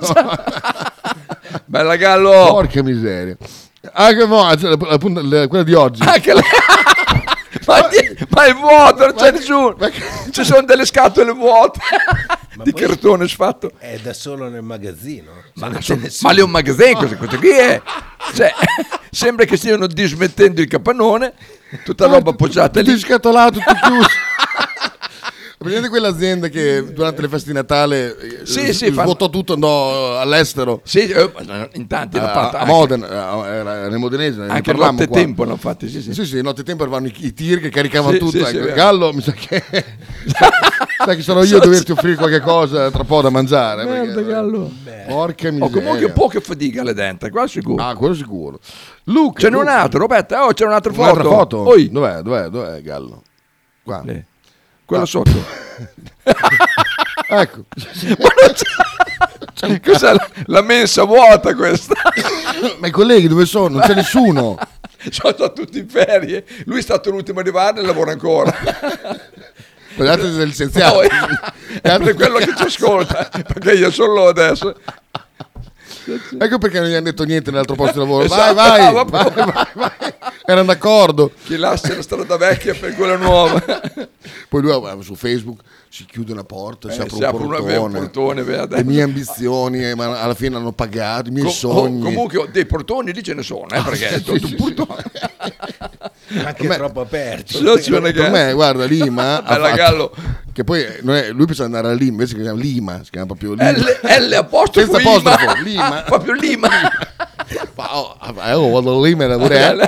Bella Gallo. Porca miseria. Anche no, cioè, la- appunto, le- quella di oggi. Anche la- ma, di- ma è vuoto, non c'è nessuno. Ci sono delle scatole vuote di poi- cartone sfatto. È da solo nel magazzino. Ma, Se non so- c'è nessuno. ma lì è un magazzino, questo, questo qui è. Cioè, sembra che stiano dismettendo il capannone, tutta roba appoggiata lì. Tutti scatolati, tutti chiusi. Presente quell'azienda che durante le feste di Natale eh, Sì, s- sì, fanno- svuotò tutto, andò all'estero. Sì, eh, in tanti l'hanno a, fatto a anche. Modena, a- era nel modenese. ne Anche parlammo notte qua. tempo l'hanno fatti, sì, sì. Sì, sì, notte tempo arrivavano i, i tir che caricavano Sì, tutto. sì, ecco. sì, è vero. Gallo, mi sa che sai che sono io a doverti offrire qualche cosa tra po' da mangiare. Merda, perché- Gallo. Porca O miseria. comunque poche fatiche alle denti, qua sicuro. Ah, quello sicuro. Luca, Ce n'è un Luca. altro, Roberta. Oh, c'è un'altra foto. Un'altra foto? Oi. Dov'è? Dov'è? Dov'è Gallo? Qua. Lì. Quella Ah. sotto. Ecco. Ma non c'è. Cos'è la, la mensa vuota questa? Ma i colleghi dove sono? Non c'è nessuno. Sono stati tutti in ferie. Lui è stato l'ultimo a arrivare e lavora ancora. Gli altri sono licenziati. No, è per quello che ci ascolta, perché io sono lo adesso. Ecco perché non gli hanno detto niente nell'altro posto di lavoro. Esatto, vai, vai, bravo, vai, bravo. vai, vai. Erano d'accordo. Chi lascia la strada vecchia per quella nuova. Poi lui eh, su Facebook si chiude una porta, si Eh, apre si un apre una- portone. un portone, vedi. le mie ambizioni, eh, ma alla fine hanno pagato i miei Com- sogni. oh, comunque oh, dei portoni lì ce ne sono, eh, perché è tutto un punto. Anche me- troppo aperti. Non ci vuole Per me, guarda, Lima ha Bella fatto- Gallo. che poi eh, non è- lui pensava di andare a Lima, invece si chiama Lima, si chiama proprio Lima. L, L apostrofo Senza Lima. apostrofo, Lima. Proprio Lima. Ma, oh, eh, oh, vado a Lima a lavorare.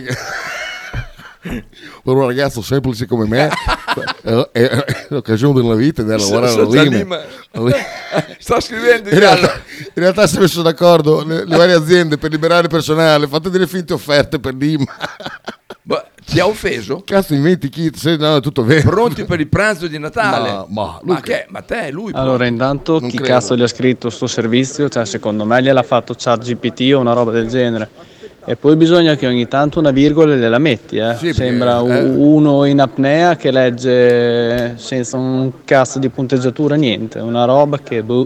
Per un ragazzo semplice come me è, è, è l'occasione della vita di andare a lavorare a Senza Lima. Lima. Sta scrivendo In in Gallo. realtà, in realtà si è messo d'accordo le, le varie aziende per liberare personale, fate delle finte offerte per Lima. Ma ti ha offeso? Cazzo, inventi kit, se no è tutto vero. Pronti per il pranzo di Natale? Ma- ma, ma Luca. che? Ma te, lui. Allora, intanto Non chi credo. cazzo gli ha scritto sto servizio? Cioè, secondo me gliel'ha fatto ChatGPT o una roba del genere. E poi bisogna che ogni tanto una virgola gliela metti, eh. Sì, perché, Sembra u- eh. uno in apnea che legge senza un cazzo di punteggiatura, niente. Una roba che boh,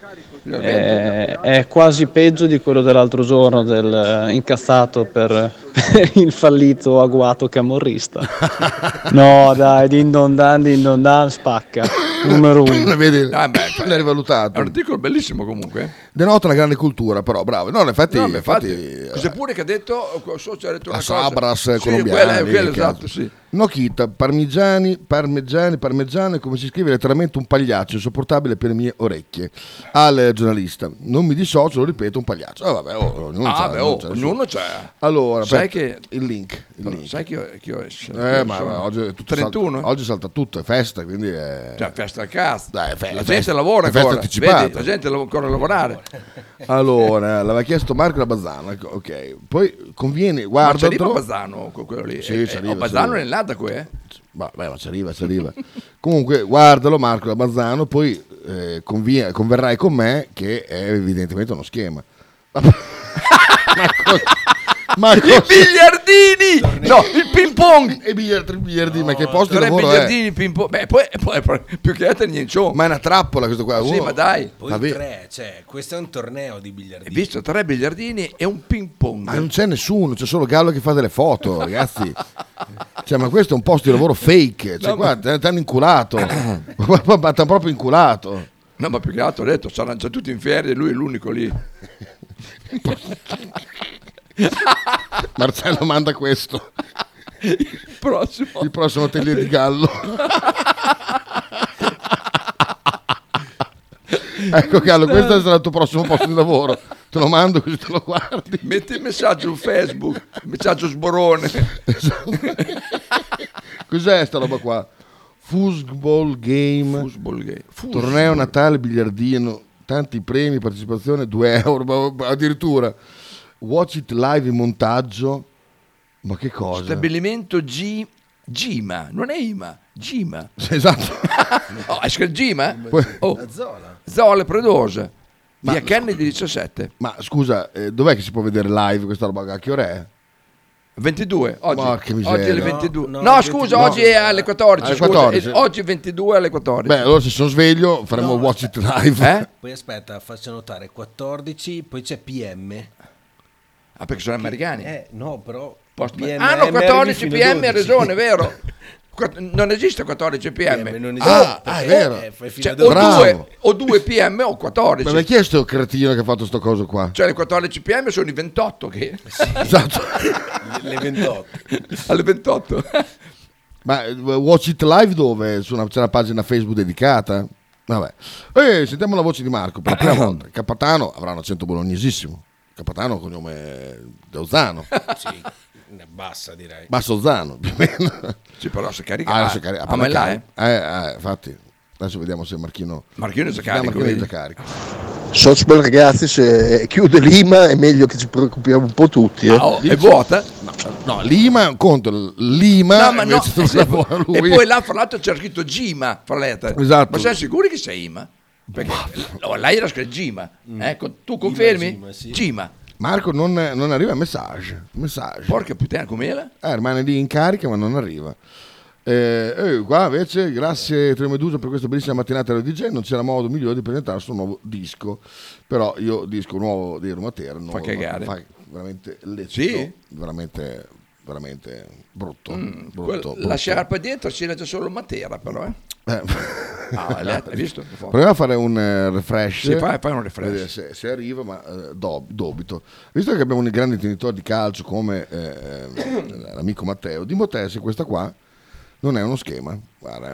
è, è quasi peggio di quello dell'altro giorno, del incazzato per, per il fallito agguato camorrista. No, dai, din don dan, din don dan, spacca. Numero uno. Vedi, Ah, beh, l'hai rivalutato. È un articolo bellissimo comunque. Denota una grande cultura, però, bravo. No, infatti, No, ma infatti, infatti, cos'è pure che ha detto? So, c'ha detto una a cosa. Sabras Sì, colombiani. quella, quella, che- esatto, sì. Nokita, parmigiani, parmigiani, parmigiani, come si scrive letteralmente un pagliaccio insopportabile per le mie orecchie. Al giornalista, non mi dissocio, lo ripeto, un pagliaccio. Ah, vabbè, oh, ognuno Ah, c'ha- beh, ognuno oh, c'ha il ognuno suo. c'è. Allora, Sai aspetta, che- il link. Il link. Sai che io, che io Eh, ma, sono ma oggi, è tutto trentuno? salta, oggi salta tutto, è festa, quindi è... Cioè, festa al cazzo. Dai, è fe- la è gente festa- lavora è festa ancora. anticipata. Vedi, la gente deve ancora lavorare. Allora, l'aveva chiesto Marco da Bazzano, ecco, ok. Poi conviene, guarda... Ma ci arriva Bazzano con quello lì. Sì, Eh, ci eh, arriva, oh, ci Bazzano arriva. è nell'Ada qui, eh? Ma, beh, ma ci arriva, ci arriva. Comunque, guardalo Marco da Bazzano, poi eh, convie- converrai con me che è evidentemente uno schema. Ma, ma co- ma I cosa- biliardini! No, il ping pong! E biliardini, biliardini, ma che posto di Tre lavoro è? biliardini, ping pong. Beh, poi, poi, poi più che altro niente. Ma è una trappola questo qua. Sì, uno- ma dai. Poi Ma ve- tre, cioè, questo è un torneo di Hai biliardini. visto? Tre biliardini e un ping pong. Ma non c'è nessuno, c'è solo Gallo che fa delle foto, ragazzi. Cioè, ma questo è un posto di lavoro fake. Cioè, No, qua ma- ti hanno inculato. Ma ti hanno proprio inculato. No, ma più che altro ho detto, saranno già tutti in ferie e lui è l'unico lì. Marcello manda questo. Il prossimo. Il prossimo atelier di Gallo. Ecco Gallo, questo sarà il tuo prossimo posto di lavoro. Te lo mando così te lo guardi. Metti il messaggio su Facebook, il messaggio sborone. Cos'è sta roba qua? Foosball game. Foosball game. Foos- Torneo Natale biliardino. tanti premi, partecipazione, due euro, ma addirittura. Watch it live in montaggio. Ma che cosa? Stabilimento G... Gima, non è Ima, Gima. Esatto. Oh, è scritto Gima? Poi- Oh. La Zola. Zola Predosa. Ma- Via Kennedy diciassette. Ma scusa, eh, dov'è che si può vedere live questa roba? A che ora è? ventidue, oggi. Ma che miseria. Oggi è alle No, ventidue. No, no, scusa, no. oggi è alle quattordici. Alle scusa. quattordici. Eh, Oggi ventidue alle quattordici. Beh, allora se sono sveglio faremo No. Watch it live. Eh? Poi aspetta, faccio notare quattordici, poi c'è P M. Ah, perché sono americani. Eh, no, però Post- P M ah, no, quattordici fino P M, a hai dodici. ragione, vero. Quatt- Non esiste quattordici P M. P M non Ah, esiste. ah, è perché, vero. eh, fai fino Cioè, a o, dodici. due, o due P M o quattordici. Ma mi hai chiesto il cretino che ha fatto sto coso qua? Cioè le quattordici P M sono i ventotto che... Esatto. Le ventotto. alle ventotto. Ma eh, Watch it live dove? Su una, c'è una pagina Facebook dedicata? Vabbè. Eh, sentiamo la voce di Marco per la prima volta. Il Capatano avrà un accento bolognesissimo. Capatano con nome Deuzano. Sì, bassa direi. Basso Zano, più o meno. Sì, però si carica. Ah, Ah, si carica. ah, ma è là, eh? Eh, eh, infatti. Adesso vediamo se Marchino... Marchino è già No, carico, Marchino è vedi? già carico. Sospel ragazzi, se chiude Lima è meglio che ci preoccupiamo un po' tutti. Eh. Ah, oh, è vuota? No, no, Lima è un conto. Lima No, ma no. invece non eh, lavora lui. E poi là, fra l'altro, c'è scritto Gima, fra lettere. Esatto. Ma sei sicuri che sei Ima? Perché no, lei era scritto Gima. Eh, co- tu confermi? Gima, sì. Gima. Marco non, non arriva il messaggio. messaggio. Porca puttana, com'era? Eh, rimane lì in carica ma non arriva. Eh, eh, qua invece grazie Trio Medusa per questa bellissima mattinata del D J. Non c'era modo migliore di presentare il suo nuovo disco, però io disco nuovo di Rumatera Fa cagare. fa veramente lecito, Sì? veramente veramente brutto, Mm, brutto, quel- brutto. La sciarpa dietro si legge solo Matera, però. Eh. Eh. Ah, hai hai visto? Che forte. Proviamo a fare un eh, refresh. Sì, fai- fai un refresh. Vedere Se, se arriva, ma eh, dob- dubito. Visto che abbiamo un grande intenditore di calcio come eh, eh, l'amico Matteo, dimmi a te se questa qua non è uno schema. Guarda.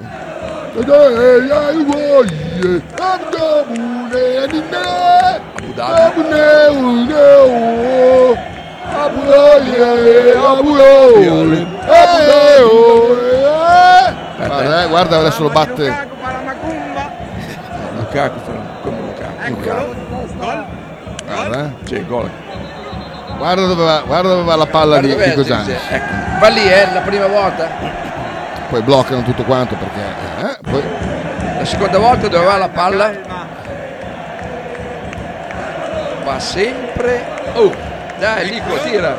Guarda, eh, guarda, adesso lo batte. Lukaku, come Lukaku. Guarda, eh. Sì, gol. Guarda dove va, guarda dove va la palla di, Guarda di dov'è, Cosani. sì, sì. Ecco. Va lì, eh, la prima volta. Poi bloccano tutto quanto perché eh, poi La seconda volta dove va la palla? Va sempre. Oh, dai, Lico, tira.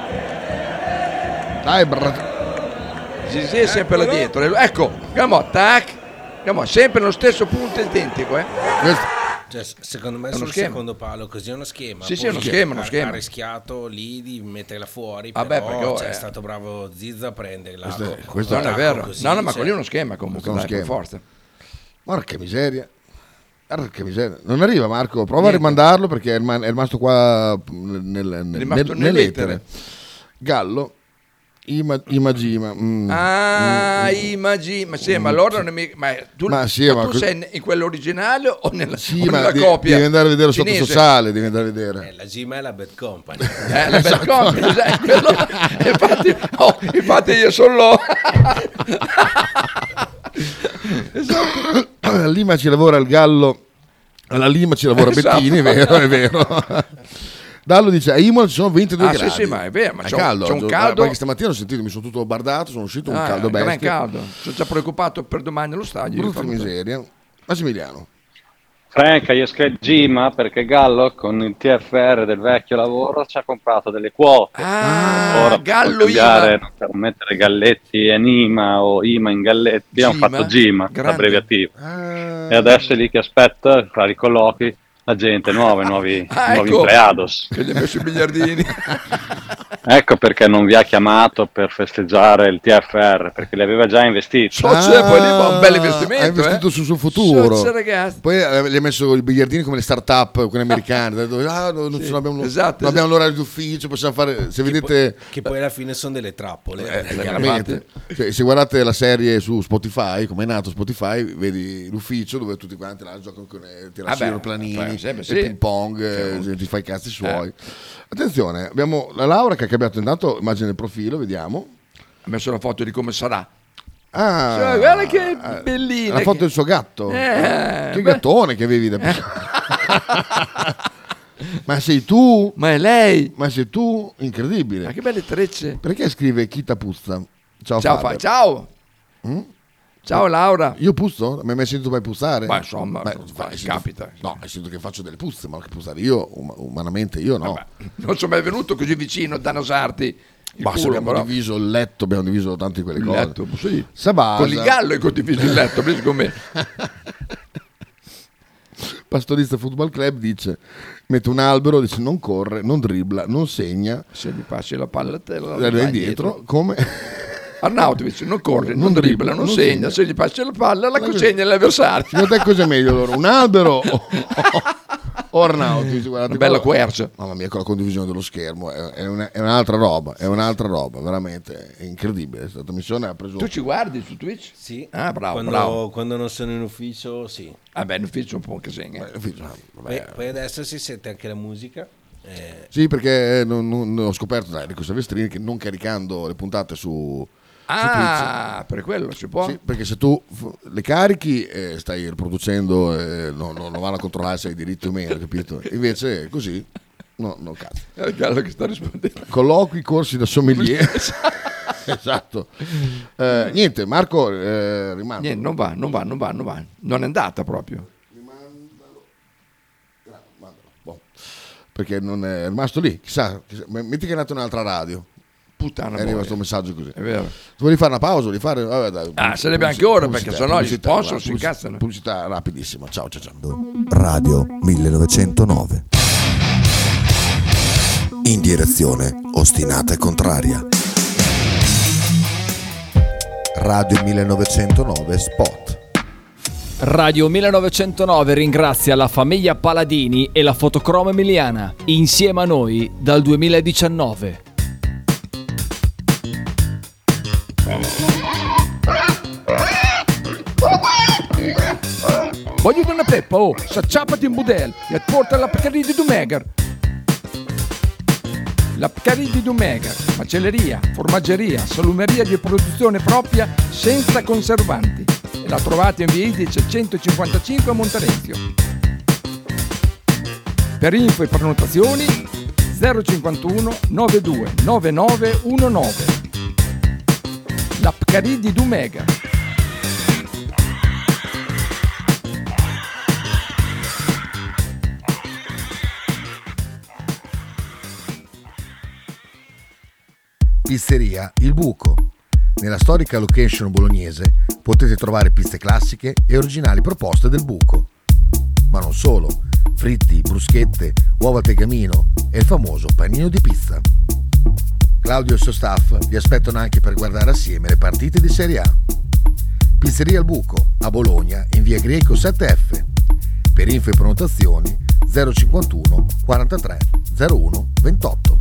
Dai, bra- Sì, sì, è sempre là dietro. Ecco, andiamo, tac. Andiamo, sempre nello stesso punto identico, eh. Cioè, secondo me È uno sul schema. secondo palo così è uno schema. Sì, sì, Poi è uno schema, uno ha- schema. Ha rischiato lì di metterla fuori. Vabbè, però perché, oh, cioè, eh. è stato bravo Zizza a prenderla. Questo è- con- questo con Non è l'attacco vero. così, No, no, ma cioè. quello è uno schema comunque, Questo è dai, uno per schema. forza. Porca miseria. Guarda che miseria. Non arriva Marco, prova a rimandarlo perché è riman- è rimasto qua nel, nel, nel, rimasto nel- nelle nell'etere. Gallo, Ima, Imagima. Mm. Ah, immagini. Ma sì, ma allora non è mica. Ma tu, Ma sì, ma ma tu que- sei in quello originale o nella, Sì, o ma nella de- copia? devi andare a vedere sotto cinese? sociale, devi andare a vedere. Eh, la Gima è la Bad Company. Eh, la bad company, sai, quello- infatti, oh, infatti io sono Alla Lima ci lavora il Gallo, alla Lima ci lavora Esatto. Bettini, è vero, è vero. Dallo dice, a Imola ci sono ventidue Ah, sì, gradi. sì, ma è vero, ma È c'è un- caldo c'è un oggi. caldo. Perché stamattina ho sentito, mi sono tutto bardato, sono uscito un Ah, caldo gran bestia. caldo. Sono già preoccupato per domani allo stadio. Brutta io proprio. miseria. Massimiliano. Franca, io scrivo Gima perché Gallo con il T F R del vecchio lavoro ci ha comprato delle quote. Ah, Ora Gallo per cambiare, Ima. non per mettere Galletti in Ima o Ima in Galletti, hanno Gima? fatto Gima, Grande. l'abbreviativo. Ah. E adesso è lì che aspetta, fa i colloqui, la gente nuova, i nuovi, Ah, nuovi ecco. empleados. Che gli ha messo i biliardini. Ecco perché non vi ha chiamato per festeggiare il T F R, perché li aveva già investiti. So, c'è, poi lì va un bel investimento. Ha investito eh. sul suo futuro. So, c'è, ragazzi. Poi eh, gli ha messo i biliardini come le start-up, quelle americane. Dove, ah, no, non, Sì, ce l'abbiamo, esatto, non abbiamo l'orario d'ufficio, possiamo fare... Se vedete... Che poi alla fine sono delle trappole. Eh, chiaramente. Cioè, se guardate la serie su Spotify, come è nato Spotify, vedi l'ufficio dove tutti quanti là giocano con eh, tirassero, Vabbè, planini, fai sempre, e sì. ping pong, eh, ti fai i cazzi suoi. Attenzione, abbiamo la Laura che ha cambiato intanto immagine del profilo, vediamo. Ha messo la foto di come sarà. Ah, Cioè, guarda che eh, bellina. la foto che- del suo gatto. Eh, che beh. gattone che avevi da piccolo. Ma sei tu? Ma è lei? Ma sei tu? Incredibile. Ma che belle trecce. Perché scrive Chita Puzza? Ciao, Ciao, Faber. fa- ciao. Mm? Ciao Laura. Io puzzo? Mi hai mai sentito mai puzzare? Ma insomma, Beh, vai, fa- hai sentito- capita. No, hai sentito che faccio delle puzze, ma che puzzare io, um- umanamente io no. Non sono mai venuto così vicino da annusarti il Ma se culo, abbiamo però. diviso il letto, abbiamo diviso tante di quelle Il cose. letto, sì. Sabasa. Con il gallo hai condiviso il letto, pensi con me. Pastorista Football Club dice: mette un albero, dice non corre, non dribbla, non segna. Se gli passi la palla te la La vai vai indietro, come Arnautovic non corre, non, Non dribbla, dribbla, non, non segna. segna. Se gli passi la palla la La consegna all'avversario. Secondo te cosa è meglio loro? Un albero o, o Arnautovic? Guardate, Una bella qua- quercia. Mamma mia, con la condivisione dello schermo è, è una- è un'altra roba, è un'altra roba, veramente è incredibile. Questa trasmissione ha preso. Tu ci guardi su Twitch? Sì. Ah, bravo, quando, bravo. quando non sono in ufficio, sì. Vabbè, in ufficio un po' un casino. eh. Ufficio, no, Poi, vabbè. poi adesso si sente anche la musica. eh, Sì, perché non, non- ho scoperto da Enrico Silvestrini che non caricando le puntate su, Ah, per quello si può? Sì, perché se tu f- le carichi eh, stai riproducendo, eh, no, no, non vanno a controllare se hai diritti o meno, capito? Invece così, no, no cazzo. È il gallo che sta rispondendo. Colloqui, corsi da sommelier. Esatto. Eh, niente, Marco eh, rimane. Niente, non va, non va, non va, non va. Non è andata proprio. Boh. Perché non è rimasto lì, chissà, chissà. Metti che è nato in un'altra radio. Puttana È arrivato boia. un messaggio così. È vero. Tu vuoi fare una pausa? Vuoi fare? Vabbè, dai, Ah, pubblic- sarebbe anche pubblicità, ora, perché pubblicità, sennò gli pubblicità, sponsor guarda, si pubblicità, incazzano. Pubblicità rapidissima. Ciao, ciao, ciao. Radio millenovecentonove. In direzione ostinata e contraria. Radio millenovecentonove Spot. Radio millenovecentonove ringrazia la famiglia Paladini e la Fotocromo Emiliana, insieme a noi dal duemiladiciannove. Voglio una peppa, oh, s'acciappati in budel e porta la Pcaridi di Dumegar. La Pcaridi di Dumegar, macelleria, formaggeria, salumeria di produzione propria senza conservanti. E la trovate in via Idice centocinquantacinque a Monterezio. Per info e prenotazioni zero cinquantuno novantadue novantanove diciannove. La Pcaridi di Dumegar. Pizzeria Il Buco. Nella storica location bolognese potete trovare pizze classiche e originali proposte del buco. Ma non solo, fritti, bruschette, uova al tegamino e il famoso panino di pizza. Claudio e il suo staff vi aspettano anche per guardare assieme le partite di Serie A. Pizzeria Il Buco, a Bologna, in via Greco sette F. Per info e prenotazioni zero cinquantuno quarantatré zero uno ventotto.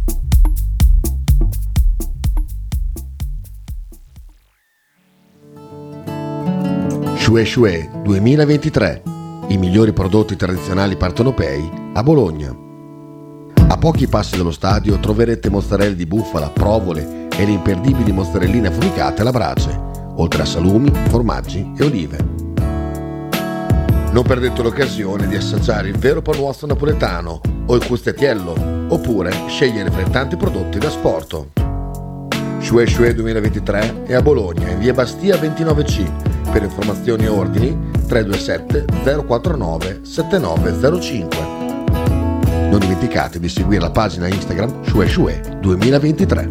Shue Shue duemilaventitré. I migliori prodotti tradizionali partenopei a Bologna. A pochi passi dallo stadio troverete mozzarella di bufala, provole e le imperdibili mozzarelline affumicate alla brace, oltre a salumi, formaggi e olive. Non perdete l'occasione di assaggiare il vero panuozzo napoletano o il custettiello, oppure scegliere fra i tanti prodotti da sport. Shue Shue duemilaventitré è a Bologna, in via Bastia ventinove C. Per informazioni e ordini tre due sette zero quattro nove sette nove zero cinque. Non dimenticate di seguire la pagina Instagram Shue Shue duemilaventitré.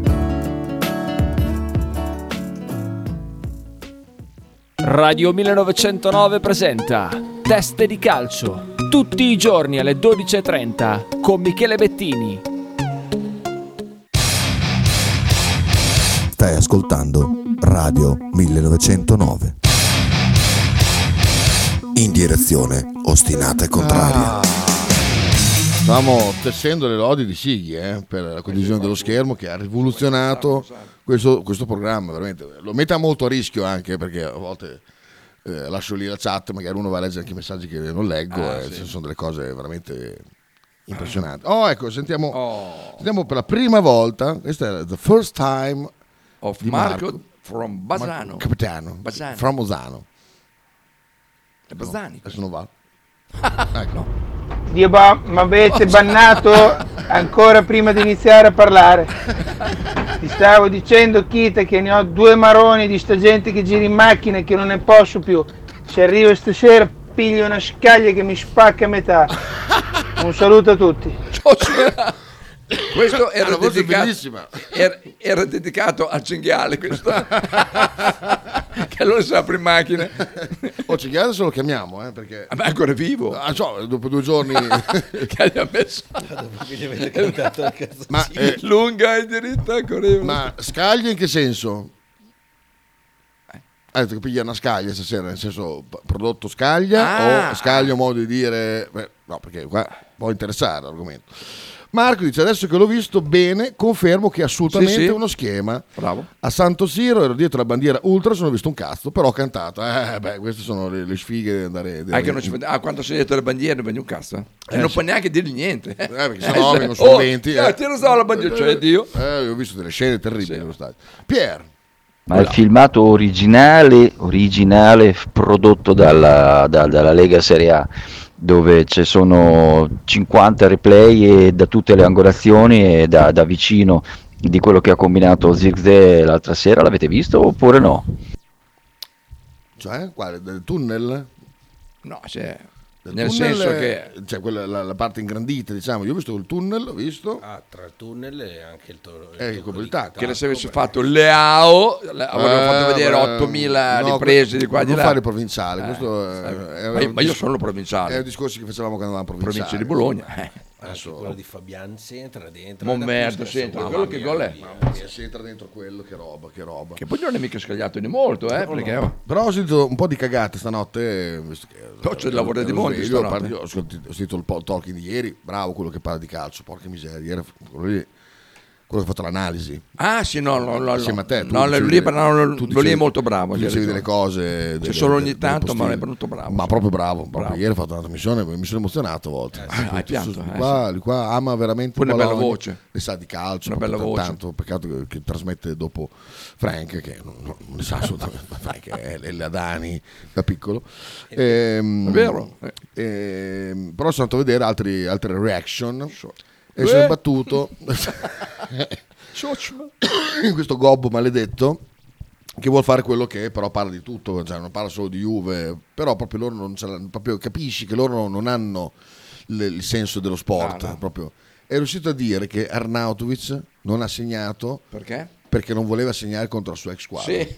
Radio millenovecentonove presenta Teste di calcio, tutti i giorni alle dodici e trenta con Michele Bettini. Stai ascoltando Radio millenovecentonove. In direzione ostinata e contraria. Stavamo tessendo le lodi di Sighi eh, per la condivisione dello schermo che ha rivoluzionato questo, questo programma, veramente. Lo mette a molto a rischio anche perché a volte eh, lascio lì la chat, magari uno va a leggere anche i messaggi che non leggo Ah, e sì. ci sono delle cose veramente impressionanti. Oh, ecco, sentiamo, Oh. sentiamo per la prima volta, questa è the first time Of di Marco, from Bassano. Marco Capitano, Bassano. from Osano. È Bassani. Adesso non va. Ecco. Dio boh, mi avete bannato ancora prima di iniziare a parlare. Ti stavo dicendo, Kita, che ne ho due maroni di sta gente che gira in macchina e che non ne posso più. Se arrivo stasera piglio una scaglia che mi spacca a metà. Un saluto a tutti. Questo era, Una voce dedicato, bellissima. era, era dedicato al cinghiale, questo che lo sa in macchina. O cinghiale se lo chiamiamo, eh, perché ma è ancora vivo. Ah, cioè, dopo due giorni che gli ha messo Dopo che gli avete cantato la canzone. ma, eh, lunga e diritta correva. ma scaglia in che senso? Ha detto che piglia una scaglia stasera, nel senso p- prodotto scaglia Ah. o scaglia un modo di dire beh, no, perché qua può interessare l'argomento. Marco dice: adesso che l'ho visto bene, confermo che è assolutamente Sì, sì. uno schema. Bravo. A Santo Siro ero dietro la bandiera ultra, sono visto un cazzo, però ho cantato. Eh, beh, queste sono le, le sfighe di andare. di Anche andare- non ci fate- ah, quando sei dietro le bandiere non vedi un cazzo. E Eh, non sì. puoi neanche dirgli niente. Eh, perché sennò se- vengono oh, solventi. eh, tira solo la bandiera, cioè Dio. Eh, ho visto delle scene terribili nello stadio. Pier. Ma il filmato originale, originale f- prodotto dalla, da- dalla Lega Serie A, dove ci sono cinquanta replay e da tutte le angolazioni e da, da vicino di quello che ha combinato Zirkzee l'altra sera, l'avete visto oppure no? Cioè, quale? Del tunnel? No, cioè, Del nel tunnel, senso che cioè quella, la, la parte ingrandita, diciamo. Io ho visto il tunnel, l'ho visto. Ah, tra il tunnel e anche il toro. Eh, il colpo di tacco. che se avessi fatto Leao avrebbero Eh, fatto vedere beh, ottomila no, riprese di qua e di non là. fare il provinciale, Eh, questo è, eh, è- ma io- ma io sono provinciale. È un discorso che facevamo quando andavamo provinciale. Provincia di Bologna. Eh. Anche quello di Fabian si entra dentro. Mo e da merda, Puskas, si entra, mamma quello che mia, gol è? mamma mia. Si entra dentro quello, che roba, che roba. Che poi non è mica scagliato di molto, eh, No, perché no. oh, Però ho sentito un po' di cagate stanotte. Visto che, Oh, c'è il lavoro di ero Monti sveglio, stanotte. parli- Ho sentito, ho sentito il po- talking di ieri. Bravo quello che parla di calcio, porca miseria. Era quello lì, quello che ha fatto l'analisi. Ah sì, no, no, no, Insieme no. a te. tu No, dicevi lui, delle- no, no, tu lui dicevi- è molto bravo. tu c'è dicevi delle ragione. cose. C'è delle- solo ogni delle tanto, ma postine. è venuto bravo. Ma sì. proprio bravo. proprio. Bravo. Ieri ha fatto una trasmissione, mi sono emozionato a volte. sì, hai pianto, Lui eh, qua, lui qua ama veramente Poi una Bologna, bella voce. ne sa di calcio. Una proprio bella voce. Tanto peccato che, che trasmette dopo Frank, che non, non ne sa assolutamente. Frank è l'Adani da piccolo. Ehm, È vero. ehm, però sono andato a vedere altri, altre reaction e Eh. sono imbattuto in questo gobbo maledetto che vuol fare quello che è, però parla di tutto, cioè non parla solo di Juve, però proprio loro non ce l'hanno- proprio capisci che loro non hanno il, il senso dello sport. Ah, no. Proprio. È riuscito a dire che Arnautovic non ha segnato Perché? perché non voleva segnare contro la sua ex squadra. Sì.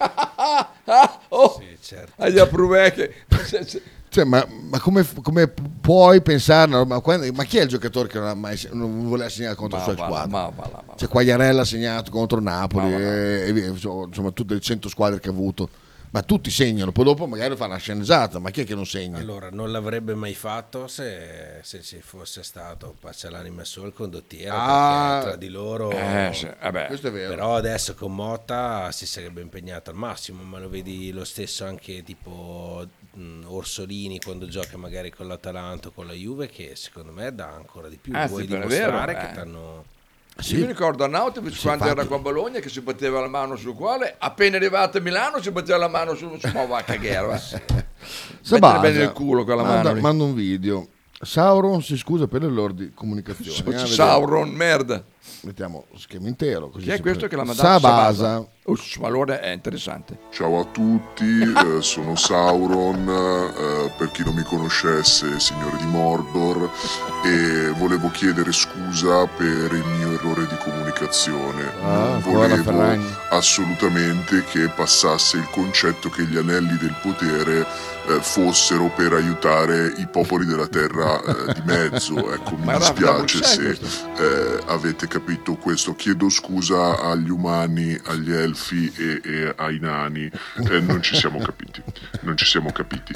Ah, oh, certo. agli approvè che Cioè, ma, ma come, come puoi pensare? Ma, quando- ma chi è il giocatore che non, ha mai, non voleva segnare contro Ma la sua va là, squadra? ma va là, ma va Cioè, Quagliarella ha segnato contro il Napoli Ma va là. e, e via, insomma, insomma, tutte le cento squadre che ha avuto. Ma tutti segnano, poi dopo magari fa una sceneggiata. Ma chi è che non segna? Allora, non l'avrebbe mai fatto se, se ci fosse stato, pace l'anima sua, il condottiero, Ah, perché tra di loro... Eh, sì, vabbè. Questo è vero. Però adesso con Motta si sarebbe impegnato al massimo, ma lo vedi lo stesso anche tipo mh, Orsolini quando gioca magari con l'Atalanta o con la Juve, che secondo me dà ancora di più. Ah, Vuoi sì, però è dimostrare vero, che eh. t'hanno... Sì. Io mi ricordo Arnautovic Sì, quando infatti. era qua a Bologna che si batteva la mano sul cuore, appena arrivato a Milano si batteva la mano sul su va a cagare. Mettere Sabasa, bene il culo con la manda, mano lì. manda un video. Sauron si scusa per le loro di comunicazioni. So- Andiamo a vedere. Sauron, merda. Mettiamo lo schermo intero. Così Chi è si questo pre- che l'ha mandato? Sabasa. Uff, ma allora è interessante. Ciao a tutti, eh, sono Sauron, eh, per chi non mi conoscesse, signore di Mordor, e volevo chiedere scusa per il mio errore di comunicazione. Ah, non ancora volevo Ferragni. assolutamente che passasse il concetto che gli anelli del potere eh, fossero per aiutare i popoli della terra eh, di mezzo. Ecco, mi Ma Rafa, dispiace ma se questo? eh, avete capito questo. Chiedo scusa agli umani, agli elfi e, e ai nani, eh, non ci siamo capiti, non ci siamo capiti.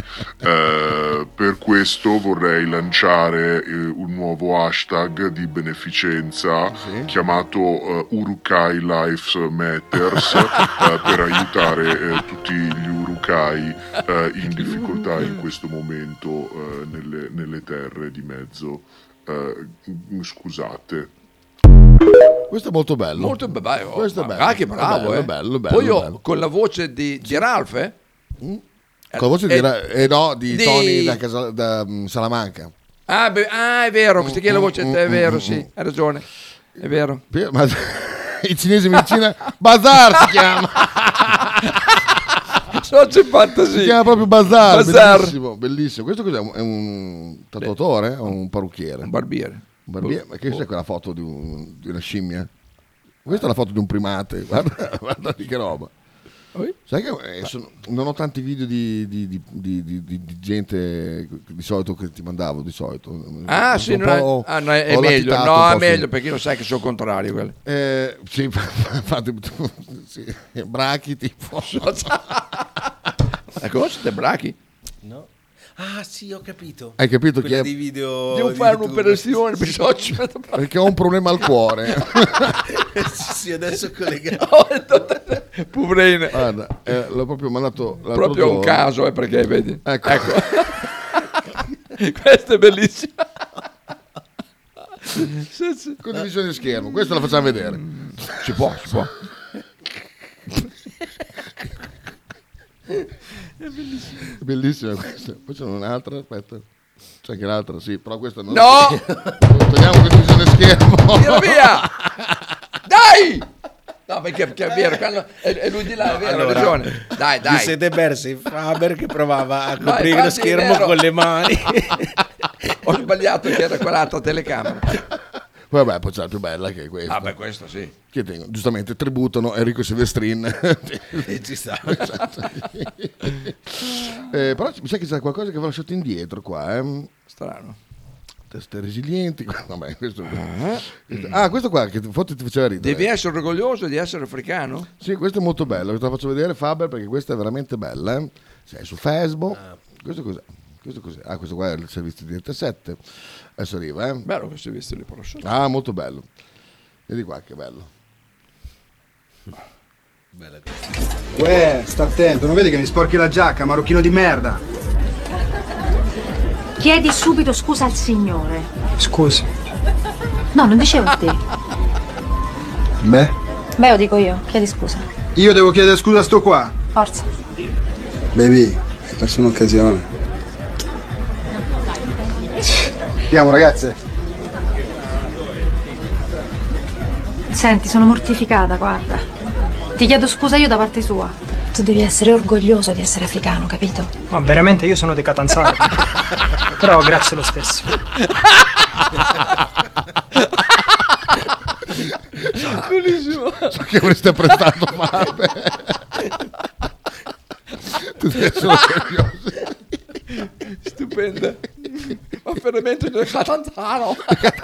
Eh, per questo vorrei lanciare eh, un nuovo hashtag di beneficenza chiamato eh, Urukai Lives Matters eh, per aiutare eh, tutti gli Urukai eh, in difficoltà in questo momento eh, nelle, nelle terre di mezzo. Eh, scusate. Questo è molto bello. Molto be- vai, oh, Questo è ma- bello. ah, che bravo, È eh. bello, è bello, Poi è io bello. con la voce di, di Ralph, eh? Con la voce di, Eh, Ra- eh, no, di, di- Tony da, Casa- da mm, Salamanca. Ah, beh, ah, è vero, questa qui è la voce, è vero, sì, hai ragione, è vero. Ma i cinesi in medicina Bazar si chiama. Socio fantasia. Si chiama proprio Bazar, Bazar. bellissimo, bellissimo. Questo cos'è? È un tatuatore o un parrucchiere? Un barbiere. Un barbiere? Ma che cos'è quella foto di, un, di una scimmia? Questa è la foto di un primate, guarda, guarda di che roba. Sai che eh, sono, non ho tanti video di, di, di, di, di, di gente di solito che ti mandavo di solito. Ah, sì, non è, ah, no, è, è meglio, no, è meglio perché io sai che sono contrario. Quello. Eh, sì, fate sì, brachi tipo. Ma cosa siete brachi? No. Ah, sì, ho capito. Hai capito chi è? Di video. Devo di fare YouTube. un'operazione per socio. Perché ho un problema al cuore. sì, sì, adesso collegato. Poverina. Guarda, eh, l'ho proprio mandato. Proprio un caso, eh, perché vedi. Ecco. ecco. Questo è bellissimo. Condivisione di schermo, questa la facciamo vedere. Si può, si può. È bellissima. È bellissima questa. Poi c'è un'altra, aspetta. C'è anche l'altra, sì, però questa non. No! Togliamo condivisione di schermo. Via via! Dai! No, perché, perché è vero, quando, è, è lui di là, è vero, Allora, ha ragione. Dai, dai. Vi siete persi Faber che provava a No, coprire infatti lo è schermo vero. con le mani. Ho sbagliato che era quell'altra telecamera. Poi vabbè, poi c'è la più bella che è questa. Ah, beh, questo sì. Che tengo, giustamente tributano Enrico Silvestrin. E ci sta. eh, però mi sa che c'è qualcosa che va lasciato indietro qua. Eh. Strano. Teste resilienti. Vabbè, questo, questo. Ah, questo qua che foto ti faceva ridere. Devi essere orgoglioso di essere africano? Sì, questo è molto bello. Te la faccio vedere, Faber, perché questa è veramente bella. Eh. Sei su Facebook. Ah. Questo cos'è? Questo cos'è? Ah, questo qua è il servizio di Rete sette. Adesso arriva, eh. Bello questo servizio di prosciutto. Ah, molto bello. Vedi qua che bello. Bella Uè, sta attento, non vedi che mi sporchi la giacca, marocchino di merda. Chiedi subito scusa al signore. Scusa. No, non dicevo a te. Beh? Beh, lo dico io. Chiedi scusa. Io devo chiedere scusa a sto qua. Forza. Baby, hai perso un'occasione. Andiamo, ragazze. Senti, sono mortificata, guarda. Ti chiedo scusa io da parte sua. Tu devi essere orgoglioso di essere africano, capito? Ma veramente io sono dei Catanzaro. Però grazie lo stesso. Bellissimo. So che avreste apprezzato male. Tu sei solo curioso. Stupenda. Ma veramente del Catanzaro.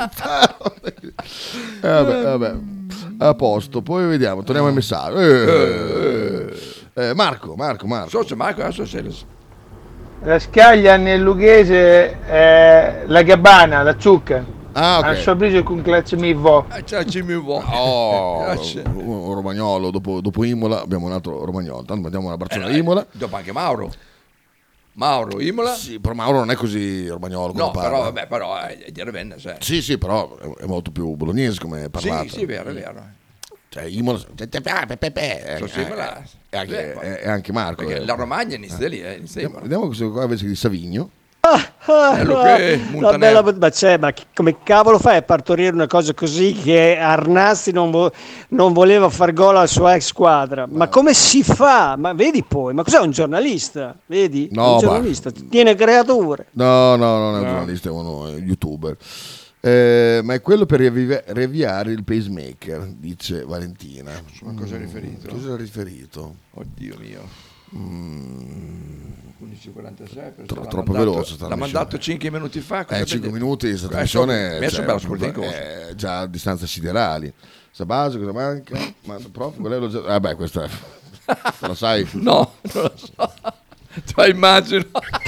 Eh, vabbè, vabbè. A posto, poi vediamo, torniamo al messaggio. Eh, eh, Marco, Marco, Marco. Socio Marco, adesso sei lo... La scaglia nel lughese è la gabbana, la zucca. Ah, ok. A sorriso con classe mi vo. C'è mi vo. Oh, un romagnolo, dopo, dopo Imola abbiamo un altro romagnolo. Tanto mandiamo un abbraccione a Imola. Dopo anche Mauro. Mauro, Imola? Sì, però Mauro non è così romagnolo come No, parla. però vabbè, però è di Ravenna, sai. Sì, sì, però è molto più bolognese come parlata. Sì, sì, è vero, è vero. Cioè, Imola... So, sì, quella- è, anche, eh, è- è anche Marco. Perché eh. la Romagna inizia da lì, eh, inizia Vediamo, vediamo questo qua invece di Savigno. Bello che La Montaner. bella, ma, c'è, ma chi- come cavolo fai a partorire una cosa così che Arnazzi non, vo- non voleva far gol alla sua ex squadra? Ma come si fa? Ma vedi poi, ma cos'è un giornalista? Vedi? No, un ma- giornalista, tiene creature. No, no, non è un No. giornalista, è uno è un youtuber. Eh, ma è quello per riavvive- riavviare il pacemaker, dice Valentina. Ma cosa è riferito? Cosa è riferito? Oddio mio. Mm. undici e quarantasei per Tro- l'ha troppo mandato- veloce sta l'ha trasmissione. mandato cinque minuti fa. cosa Eh, vede? cinque minuti, questa Eh, trasmissione so- messo cioè, per ascoltare in corso. è già a distanze siderali. Sabasi, cosa manca? Ma prof, qual è lo già... Vabbè, questa è... te lo sai? No, non lo so. Cioè, immagino.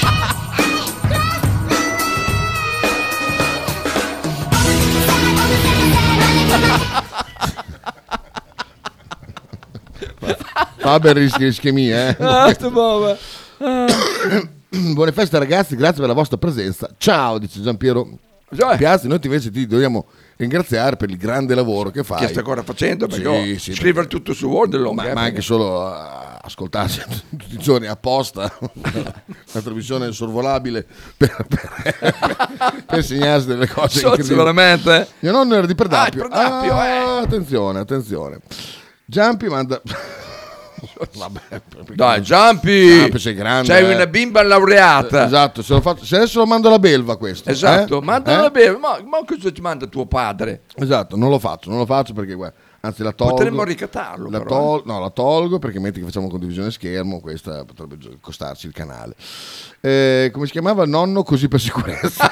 Faber rischia di schemia, eh? Ah, sto bomba. Ah. Buone feste ragazzi, grazie per la vostra presenza. Ciao, dice Giampiero Piazzi, noi invece ti dobbiamo ringraziare per il grande lavoro che fai. Che stai ancora facendo? Perché Sì, oh, sì, scrivere tutto su Wordlong. ma, eh, ma anche perché- solo a- ascoltarsi tutti i giorni apposta una trasmissione sorvolabile per, per, per segnarsi delle cose Socio, incredibili. veramente? Mio nonno era di Predappio. Ah, il Predappio, Ah, attenzione, attenzione. Giampi manda Vabbè, Dai, Giampi, Giampi, sei grande, sei eh. una bimba laureata. Eh, esatto, se, lo faccio- se adesso lo mando alla belva questo. Esatto, eh? manda Eh? la beve. Ma, ma cosa ti manda tuo padre? Esatto, non lo faccio, non lo faccio perché guarda, anzi la tolgo. Potremmo ricattarlo, La però, tol- no, la tolgo perché metti che facciamo condivisione schermo, questa potrebbe gio- costarci il canale. Eh, come si chiamava il nonno così per sicurezza?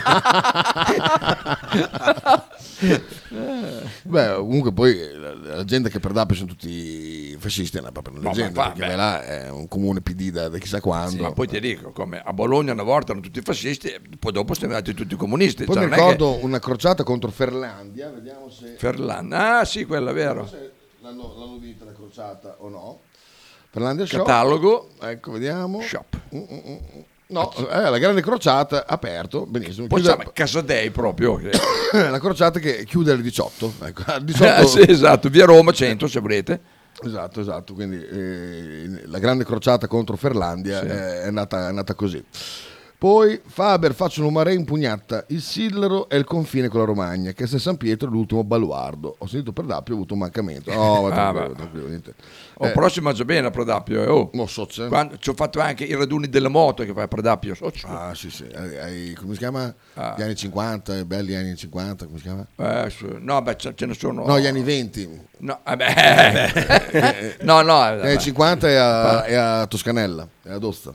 Beh, comunque poi la, la gente che per Dappio sono tutti fascisti è una, proprio una No, ma leggenda, va, perché beh. là è un comune P D da, da chissà quando. Ma poi ti dico, come a Bologna una volta erano tutti fascisti, e poi dopo sono diventati tutti comunisti. Poi cioè, mi non è che- ricordo una crociata contro Ferlandia, vediamo se... Ferlan, ah sì, quella, vero. se l'hanno, l'hanno vinta la crociata o no. Ferlandia Shop. Catalogo. Ecco, vediamo. Shop. Mm, mm, mm. No, eh, la grande crociata aperto, benissimo. Poi Chiude- c'è Casadei proprio. la crociata che chiude alle diciotto. Ecco, alle diciotto... Ah, sì, esatto, via Roma cento se volete. Esatto, esatto. Quindi eh, la grande crociata contro Ferlandia Sì. è, è nata, è nata così. Poi Faber faccio un mare impugnata il Sillero e il confine con la Romagna, che se San Pietro è l'ultimo baluardo. Ho sentito per Dappio, ho avuto un mancamento. No, va Ah, tranquillo, va. tranquillo, niente. Oh, Eh, però si mangia bene a Predappio. Eh. Oh. non so se... Quando, ci ho fatto anche i raduni delle moto che fai a Predappio. socio. Ah, sì, sì. Ai- ai- come si chiama? Ah. Gli anni cinquanta, i belli anni cinquanta, come si chiama? Eh, su- no, beh, ce, ce ne sono. No, gli anni venti. No, eh beh. no, no. eh, Gli anni vabbè. cinquanta è a, è a Toscanella, è ad Osta.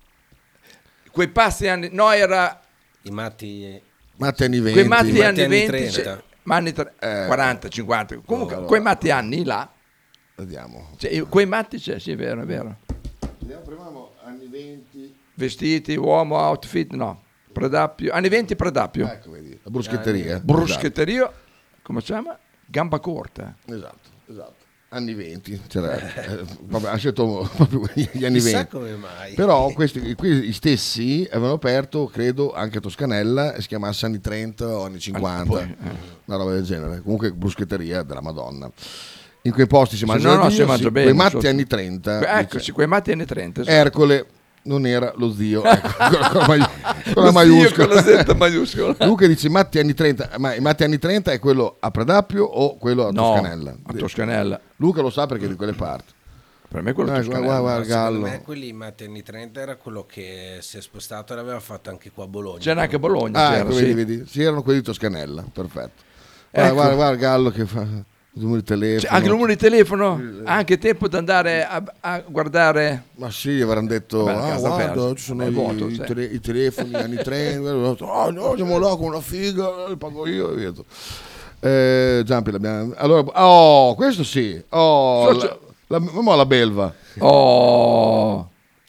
Quei passi anni. No, era. I matti. Matti anni venti. Quei matti matti anni anni venti. trenta. sì, ma anni tre- Eh. quaranta, cinquanta. Comunque, allora. quei matti anni là. Vediamo. Cioè, quei matti c'è, sì, è vero, è vero. Vediamo prima anni venti. Vestiti, uomo, outfit, no. Predappio. Anni venti Predappio. Ecco, vedi. La bruschetteria. Bruschetteria, come si chiama? Gamba corta. Esatto, esatto. Anni venti, c'era, eh, vabbè, ha scelto proprio gli anni Chissà venti. come mai. Però questi qui, gli stessi avevano aperto, credo, anche a Toscanella, e si chiamasse anni trenta o anni cinquanta, Poi, eh. una roba del genere. Comunque bruschetteria della Madonna. In quei posti si Sì, mangia no, da no, Dio, si mangia sì. bene, Quei matti sotto. anni trenta. Que- Ecco, dice, sì, quei matti anni trenta. esatto. Ercole non era lo zio, ecco, con la, mai- con la Lo zio maiuscola. con la Z maiuscola. Luca dice matti anni trenta, ma i matti anni trenta è quello a Predappio o quello a No, Toscanella? a Toscanella. Luca lo sa perché è di quelle parti. Per me quello Eh, Toscanella. guarda, guarda, Secondo Gallo. me quelli matti anni trenta era quello che si è spostato e l'aveva fatto anche qua a Bologna. C'era anche a Bologna. Ah, c'era, ecco, sì. vedi, vedi. Sì, erano quelli di Toscanella, perfetto. Guarda, Ecco. guarda, guarda Gallo che fa il numero di telefono. C'è anche il numero di telefono, anche tempo di andare a, a guardare. Ma sì, gli avranno detto, Vabbè, ah, casa guarda, persa. ci sono È i, vuoto, i sì. tele- i telefoni anni trenta. Ah, no, andiamo là con una figa, li pago io. E via. Eh, Giampi, l'abbiamo... Allora, oh, questo sì. Oh, la, la, ma la belva. Oh.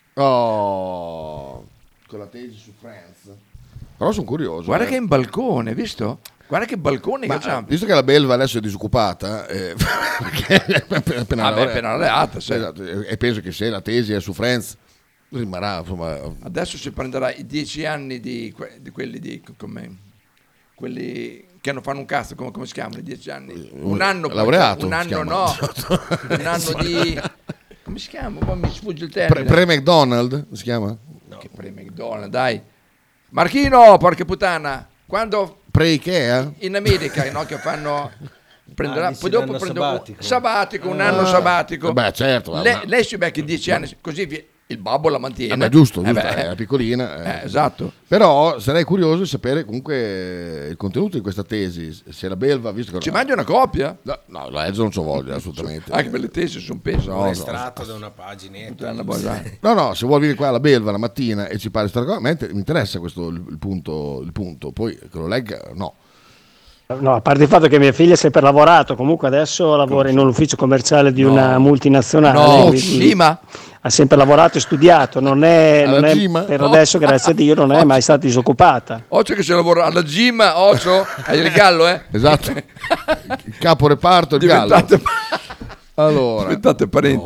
Oh. Con la tesi su Friends. Però sono curioso. Guarda eh. che è in balcone, visto? Guarda che balcone Ma, che c'ha. visto che la belva adesso è disoccupata, eh, perché è appena, appena, Vabbè, appena laureata, sì. esatto, e penso che se la tesi è su Friends, rimarrà, insomma... Adesso si prenderà i dieci anni di, que- di quelli di come, quelli che non fanno un cazzo, come, come si chiamano i dieci anni? Un anno poi- Laureato, un si anno chiama. no, un anno di come si chiama? Poi mi sfugge il termine. Pre, pre-McDonald, si chiama? Che pre-McDonald's, dai. Marchino, porca puttana, quando Pre-Ikea? in America, no, che fanno prenderà, Ah, lì poi si dopo danno prendono sabbatico. sabbatico, un Ah. anno sabbatico. Eh beh, certo, Lei, ma- lei si becca i dieci anni, così vi- il babbo la mantiene. Eh, ma giusto, Eh giusto, beh, era piccolina. eh, esatto. Però sarei curioso di sapere comunque il contenuto di questa tesi, se la belva, visto che... Ci mangi una copia? No, no, la Ezio non ci voglio, assolutamente. Anche per le tesi sono peso. No, Un no. estratto da una paginetta. Una bolla. No, no, se vuoi venire qua alla belva la mattina e ci parli di questa cosa, a me mi interessa questo il, il punto, il punto, poi che lo legga, no. No, a parte il fatto che mia figlia ha sempre lavorato, comunque adesso lavora in un ufficio commerciale di una multinazionale. No, quindi Cima? ha sempre lavorato e studiato, non è, Alla non è- Cima? per No. adesso, grazie a Dio, non è mai stata disoccupata. Occhio che si lavora alla gym, occhio, è il gallo, eh? Esatto. Il capo reparto, il Diventate, gallo. Allora. diventate parenti.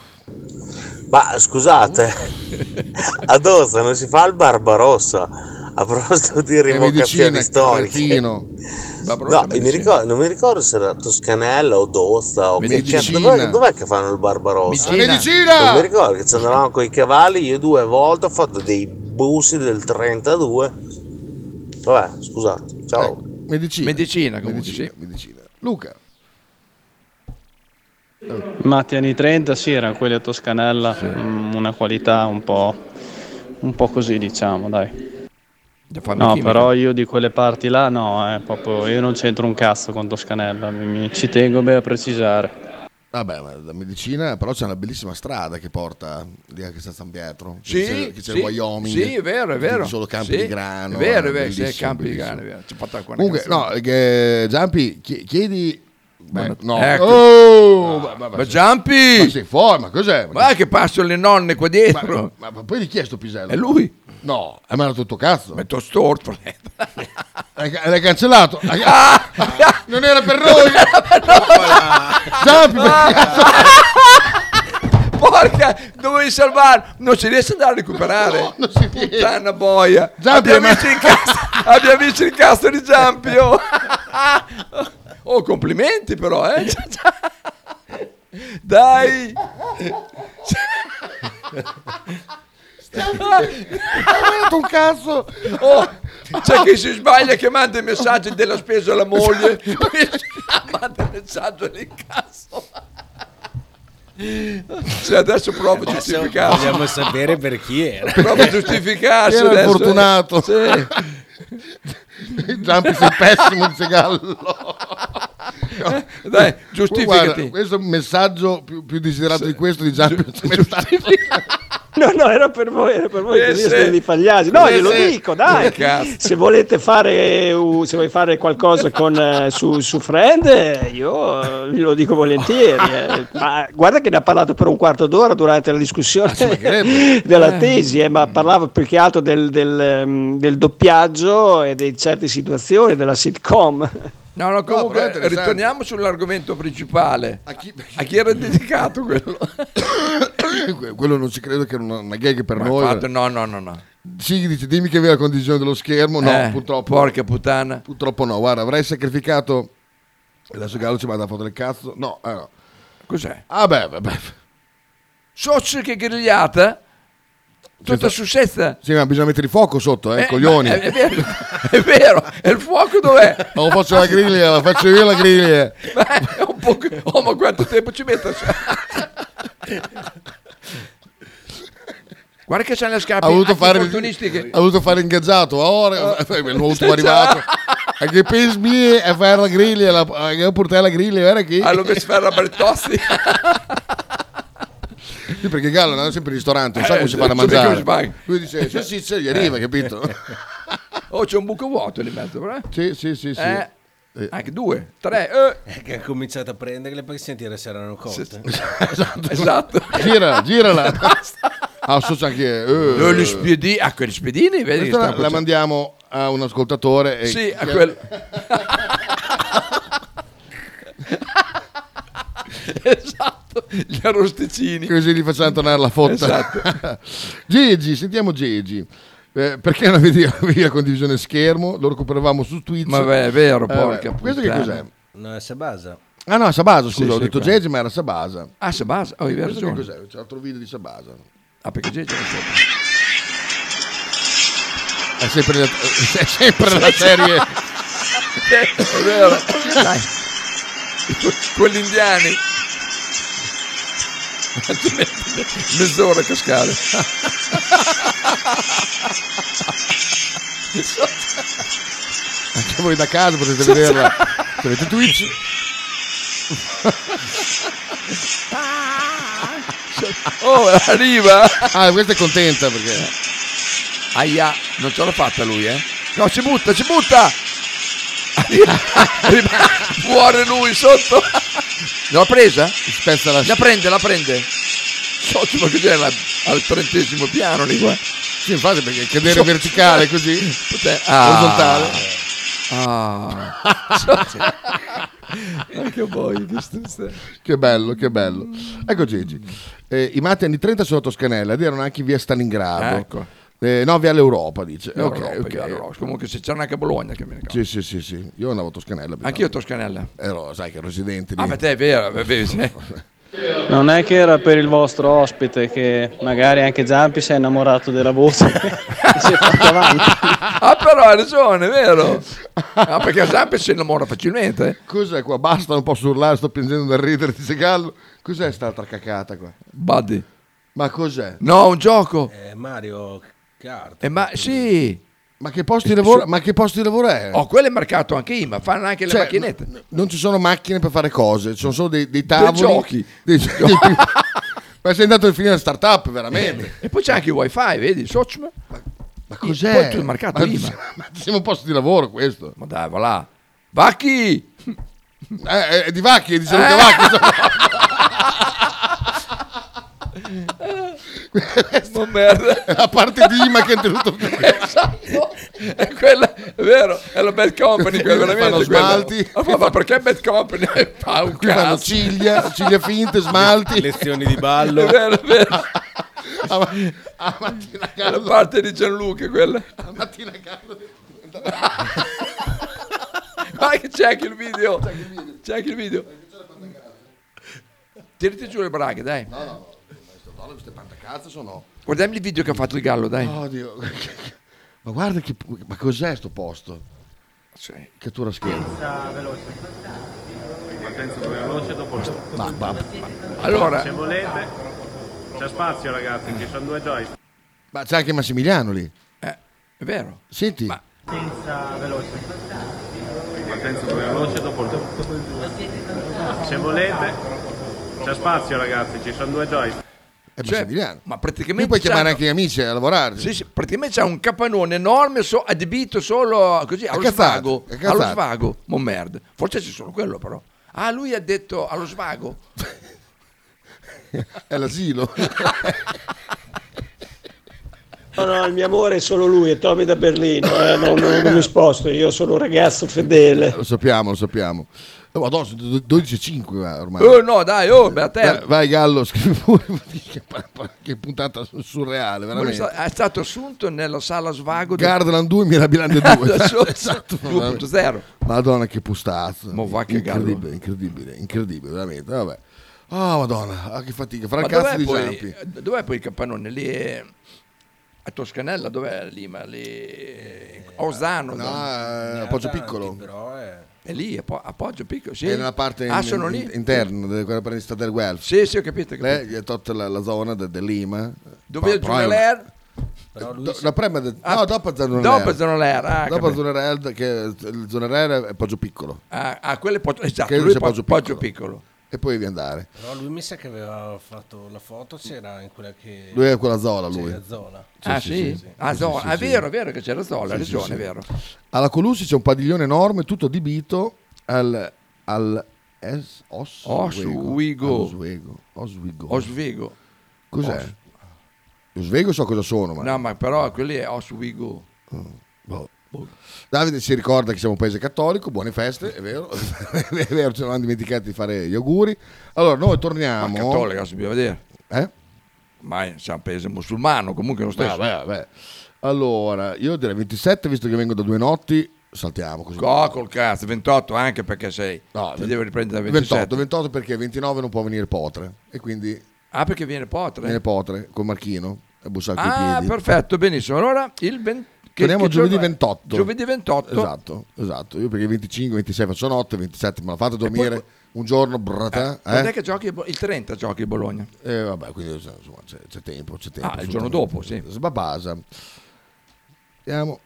Ma scusate, ad Ossa non si fa il Barbarossa, a proposito di E rivocazioni medicina, storiche. cretino. No, mi ricordo, non mi ricordo se era Toscanella o Dosta o che Medicina. cazzo, dov'è, dov'è che fanno il Barbarossa? Medicina. Medicina! Non mi ricordo che ci andavamo con i cavalli, io due volte ho fatto dei busi del trentadue. Vabbè, scusate, ciao. Medicina. Medicina, comunque, medicina, sì. medicina. Luca. Matti anni trenta sì, erano quelli a Toscanella, mm, una qualità un po', un po' così diciamo, dai. No, però io di quelle parti là no, eh, proprio, io non c'entro un cazzo con Toscanella, mi, mi- ci tengo bene a precisare. Vabbè, ma la medicina, però c'è una bellissima strada che porta lì anche a San Pietro. Sì, che c'è, che c'è sì, il Wyoming. sì, è vero, è vero. quindi solo campi Sì, di grano. è vero, è eh, vero, sì, bellissimo, campi di bellissimo. grano, è vero. Ci ho fatto anche una Comunque, no, canzone. che, Giampi, chi- chiedi. Beh, no. Ecco. Oh, ma, ma, Ma ma, Giampi! ma sei fuori, ma cos'è? Ma, Ma che passano le nonne qua dietro? ma, ma poi di chi è sto pisello? È lui. No, è mandato tutto cazzo. Ma t'ho storto. L'hai, l'hai cancellato? Ah, non era per noi. Giampi, perché cazzo? Porca, dovevi salvare. Non si riesce a recuperare. No, non si riesce. Puttana boia. Giampi, abbiamo, ma- visto il cazzo, abbiamo visto il cazzo di Giampi. Oh, oh complimenti però, eh. Dai. Ha un cazzo. Oh, c'è chi si sbaglia che manda i messaggi della spesa alla moglie. Manda il messaggio di cazzo. Se adesso prova a Adesso giustificarsi. vogliamo sapere per chi era. Prova a giustificarsi. Era il adesso. fortunato. Sì. Giampi sei pessimo, dice Gallo. No. Dai, giustificati. Guarda, questo è un messaggio più, più desiderato di questo di Giampi. No, no, era per voi, era per voi Eh, così sì. siete dei pagliacci. No, Eh, glielo sì. dico, dai. Che cazzo. Se volete fare, uh, se vuoi fare qualcosa con, eh, su, su Friend, eh, io eh, glielo dico volentieri. eh. Ma guarda che ne ha parlato per un quarto d'ora durante la discussione della tesi, eh, ma parlava più che altro del, del, ehm, del doppiaggio e di certe situazioni, della sitcom. No, no, però è comunque interessante. ritorniamo sull'argomento principale. A chi, era dedicato quello? Quello non ci credo che era una, una gag per Ma noi. infatti, no, no, no, no. Sì, dice dimmi che aveva la condivisione dello schermo. No, Eh, purtroppo. porca puttana. Purtroppo no. Guarda, avrei sacrificato. Adesso Gallo ci manda la foto del cazzo. No, eh, no. Cos'è? Ah, beh, beh, beh. Socio che grigliata? Tutta su sesta. Sì, ma bisogna mettere il fuoco sotto, eh, Eh, coglioni. ma È, è vero, è vero. E il fuoco dov'è? Non faccio la griglia, la faccio io la griglia. Ma è un po'. Oh, ma quanto tempo ci mette? Guarda che c'è le scarpe Ha voluto, fare, opportunistiche. ha voluto fare ingaggiato. Ora è il nuovo ultimo arrivato. E che pensi a fare la griglia, la, a portare la griglia, era chi? Allora si fa la Bertozzi. Sì, perché Gallo non è sempre in ristorante, non sa Eh, come si fa da so come mangiare. si fa. Lui dice, sì, sì, sì, gli arriva, capito? Oh, c'è un buco vuoto lì in mezzo, però. Sì, sì, sì, sì. Eh, Eh. Anche due, tre. Eh. È che ha cominciato a prenderle per sentire se erano cotte. Esatto. Esatto. Girala, girala. Ah, so anche eh. Eh, gli spiedini, ah, quegli spiedini, vedi? Questa la, sta- la mandiamo a un ascoltatore. E Sì, a che- quel. Esatto, gli arrosticini. Così gli facciamo tornare la fotta. Esatto. Gigi, sentiamo Gigi. Eh, perché non vedi la condivisione schermo? Lo recuperavamo su Twitch. Ma beh, è vero, Eh, porca questo che puttana. cos'è? No, è Sabasa. Ah no, Sabasa, scusa, Sì, ho sì, detto qua. Gigi, ma era Sabasa. Ah, Sabasa, oh, hai Questo che ragione. cos'è? C'è un altro video di Sabasa. Ah, perché Gigi non so. È sempre, è sempre la serie. È vero. Dai. Quelli indiani. Mezz'ora a cascare. Anche voi da casa potete vederla. Se avete Twitch. Oh, arriva. Ah, questa è contenta perché. Aia, non ce l'ha fatta lui, eh? No, ci butta, ci butta. Arriva, arriva. Muore lui sotto. L'ha presa? Spezza la La prende, la prende. Sotto, ma cos'è la- al trentesimo piano lì qua? Sì, infatti, perché cadere verticale così, Ah. orizzontale. Ah. Anche voi, che stuzza. Che bello, che bello. Ecco Gigi. Eh, I matti anni trenta sono a Toscanella ed erano anche in via Stalingrado. Ecco. Eh, no, Viale Europa dice. Europa, ok, ok. Viale Europa. Comunque se c'era anche a Bologna che mi ricordo. Sì, sì, sì, sì. Io andavo a Toscanella. Anch'io a Toscanella. Ero, sai che residente lì. Ah, ma te è vero, è vero, sì. Non è che era per il vostro ospite che magari anche Giampi si è innamorato della voce e si è fatto avanti. Ah, però hai ragione, è vero. Ah, perché Giampi si innamora facilmente. Cos'è qua? Basta, non posso urlare, sto piangendo dal ridere, dice Gallo. Cos'è st'altra cacata qua? Buddy. Ma cos'è? No, un gioco. Eh, Mario Kart. Eh, ma sì. Ma che posti di lavoro, ma che posti di lavoro è? Oh, quello è marcato anche I M A, fanno anche le Cioè, macchinette. n- non ci sono macchine per fare cose, ci sono solo dei, dei tavoli. Dei giochi. Dei, dei, ma sei andato a finire la startup, veramente. E poi c'è anche il wifi, vedi? Sochma. Ma cos'è? Poi tu hai marcato ma, I M A. ma siamo un posto di lavoro questo. Ma dai, va là. Vacchi! Eh, è di Vacchi, dice Luca Eh. Vacchi. Ma merda. È la parte di I M A che è tenuto. Esatto. È quella, è vero, è la Bad Company, quella veramente. Fanno quella. smalti. Ma, ma perché Bad Company? Fa un Qui fanno cazzo. ciglia, ciglia finte, smalti. Lezioni di ballo. È vero, è vero. A, ma- a mattina È la caldo. parte di Gianluca quella. A mattina caldo. Vai che c'è anche il video. C'è anche il video. Tirati giù le braghe, dai. No, no. Queste pantacazze sono. Guardiamo il video che ha fatto il Gallo, dai. Oddio. Ma guarda che. Ma cos'è sto posto? Sì. Cattura schermo. veloce. Partenza veloce dopo il Ma, ma, ma, Allora, Se volete, c'è spazio ragazzi, ci sono due joystick. ma c'è anche Massimiliano lì. eh, è vero. Senti. Ma- Partenza veloce. Partenza veloce dopo il Se volete, c'è spazio ragazzi, ci sono due joystick. È Cioè, Massimiliano. ma Qui praticamente puoi chiamare c'hanno- anche gli amici a lavorare. Sì, sì, praticamente c'è un capannone enorme so- adibito solo così allo cazzate, svago, è cazzate. allo svago, mo merda. Forse c'è solo quello però. Ah, lui ha detto allo svago. È l'asilo. No, no, il mio amore è solo lui, è Tommy da Berlino, eh, non, non- non mi sposto, io sono un ragazzo fedele. Lo sappiamo, lo sappiamo. Oh, Madonna, sono dodici e cinque ormai. Oh no, dai, oh, beh, a te. Vai, vai, Gallo, scrivi pure. Che, che puntata surreale, È veramente. sta- è stato assunto nella sala svago del- Gardaland due, Mirabilande due. Adesso- Esatto, due punto zero. Madonna, che pustazzo. Mo va che Gallo. incredibile, incredibile, incredibile, veramente. Vabbè. Ah, Madonna, ah, che fatica. Farà Ma il cazzo dov'è di poi, Giampi. dov'è poi il capannone? Lì è- a Toscanella, dov'è lì? Ma lì a Osano, No, no? eh, a Poggio Piccolo. Però è... È lì, a, Po- a Poggio Piccolo, sì. È nella parte ah, in- sono in- lì? interna, de- quella presa del Guelph. Sì, sì, ho capito. ho capito. Lei gli ha tolto la, la zona de- dell'Ima. Dove è Però- però è- Zunelair? Però lui Do- si- no, prima de- Ah, no, dopo Zunelair. dopo Zunelair, ah, dopo capito. Zunelair, che il Zunelair è Poggio Piccolo. Ah, ah, quello è Poggio, esatto, Credo lui è sia Po- Poggio Poggio Piccolo. Piccolo. E poi devi andare. Però lui mi sa che aveva fatto la foto, c'era in quella che... Lui è quella Zola, lui. C'era Zola. ah, sì, sì? sì, sì. Ah, Sì, Zola. sì, Ah, è sì. vero, è vero che c'era Zola, ha Sì, sì, ragione, sì. è vero. Alla Colussi c'è un padiglione enorme, tutto adibito al, al es, Oswego. Oswego. Oswego. Oswego. Oswego. Cos'è? Oswego so cosa sono, ma... No, ma però quelli è Oswego. Boh. Davide si ricorda che siamo un paese cattolico, buone feste, è vero, è vero, ci eravamo dimenticati di fare gli auguri. Allora, noi torniamo... Ma cattolica si deve vedere. Eh? Ma siamo un paese musulmano, comunque è lo stesso. Vabbè, vabbè. Allora, io direi ventisette, visto che vengo da due notti, saltiamo così. Oh, col cazzo, ventotto anche perché sei. No, ti devi riprendere da ventisette. ventotto, ventotto perché ventinove non può venire Potre e quindi Ah, perché viene Potre? viene Potre con Marchino e bussare coi Ah, piedi. perfetto, benissimo. Allora, il venti che- Torniamo che giovedì giorno è? ventotto. Giovedì ventotto. Esatto, esatto. Io perché venticinque, ventisei faccio notte, ventisette me la fate poi- dormire un giorno, brata, eh? Quando è che giochi? Il trenta giochi il Bologna. Eh, vabbè, quindi insomma, c'è, c'è tempo, c'è tempo. Ah, il giorno dopo, sì. Sbabasa. Andiamo.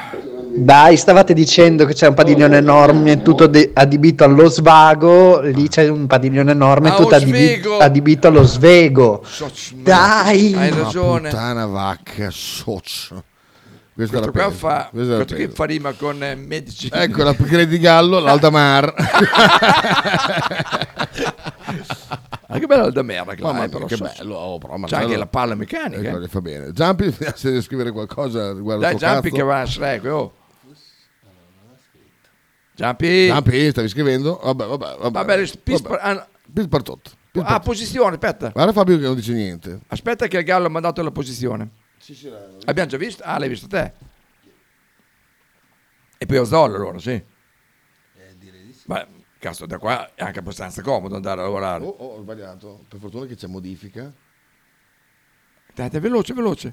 Dai, stavate dicendo che c'è un padiglione enorme tutto de- adibito allo svago, lì c'è un padiglione enorme Ah, tutto o adibi- svego. adibito allo svego. Soc- Dai! Hai Ma ragione. puttana vacca, socio. Questa Questo era qua peggio, fa, questa era questo qui peggio. fa rima con eh, medici. Ecco la Credi di Gallo, l'Aldamar. Ah, che bello il Damera, che Mamma l'hai, mia, però che so- bello, oh, però, C'è Marcello- anche la palla meccanica. Ecco, eh. le fa bene. Giampi, se deve scrivere qualcosa riguardo Dai, il tuo Giampi cazzo. che va a Shrek, oh. Giampi. Giampi, stavi scrivendo? Vabbè, vabbè, vabbè. Vabbè, pis- Vabbè. ah, Pis per tutto. Pis per ah, tutto. posizione, aspetta. Guarda Fabio che non dice niente. Aspetta che il Gallo ha mandato la posizione. Sì, sì, l'ho visto. Abbiamo già visto? Ah, l'hai visto te? E poi Ozzola allora, sì. Eh, Ma cazzo, da qua è anche abbastanza comodo andare a lavorare. Oh, oh, ho sbagliato. Per fortuna che c'è modifica. Dai, dai, veloce, veloce.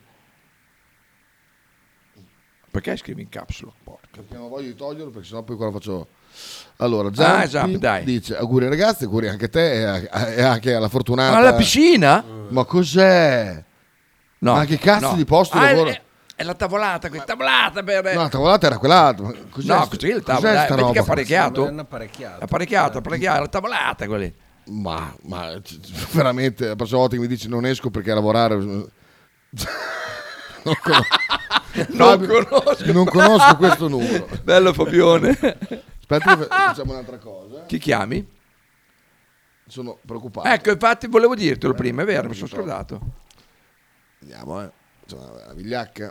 Perché scrivi in capsula? Porca. Perché non voglio di toglierlo, perché sennò poi qua lo faccio. Allora, Zampi Ah, esatto, dai. dice auguri ragazzi, auguri anche a te e a- e anche alla fortunata. Ma alla piscina? Ma cos'è? No. Ma che cazzo no. di posto Ah, lavora? È, è la tavolata, questa tavolata per... No, la tavolata era quell'altro. Ma cos'è No, sta- così il cos'è tavolo, dai, sta vedi che è roba? apparecchiato? È un apparecchiato. Apparecchiato, apparecchiato, la tavolata quelli. Ma, ma c- c- veramente, la prossima volta che mi dici non esco perché a lavorare. Non conosco, Non Fabio, conosco. non conosco questo numero. Bello Fabione. Aspetta, che facciamo un'altra cosa. Chi chiami? Sono preoccupato. Ecco, infatti volevo dirtelo prima, è vero, mi sono scordato. Vediamo, eh. Insomma, la vigliacca.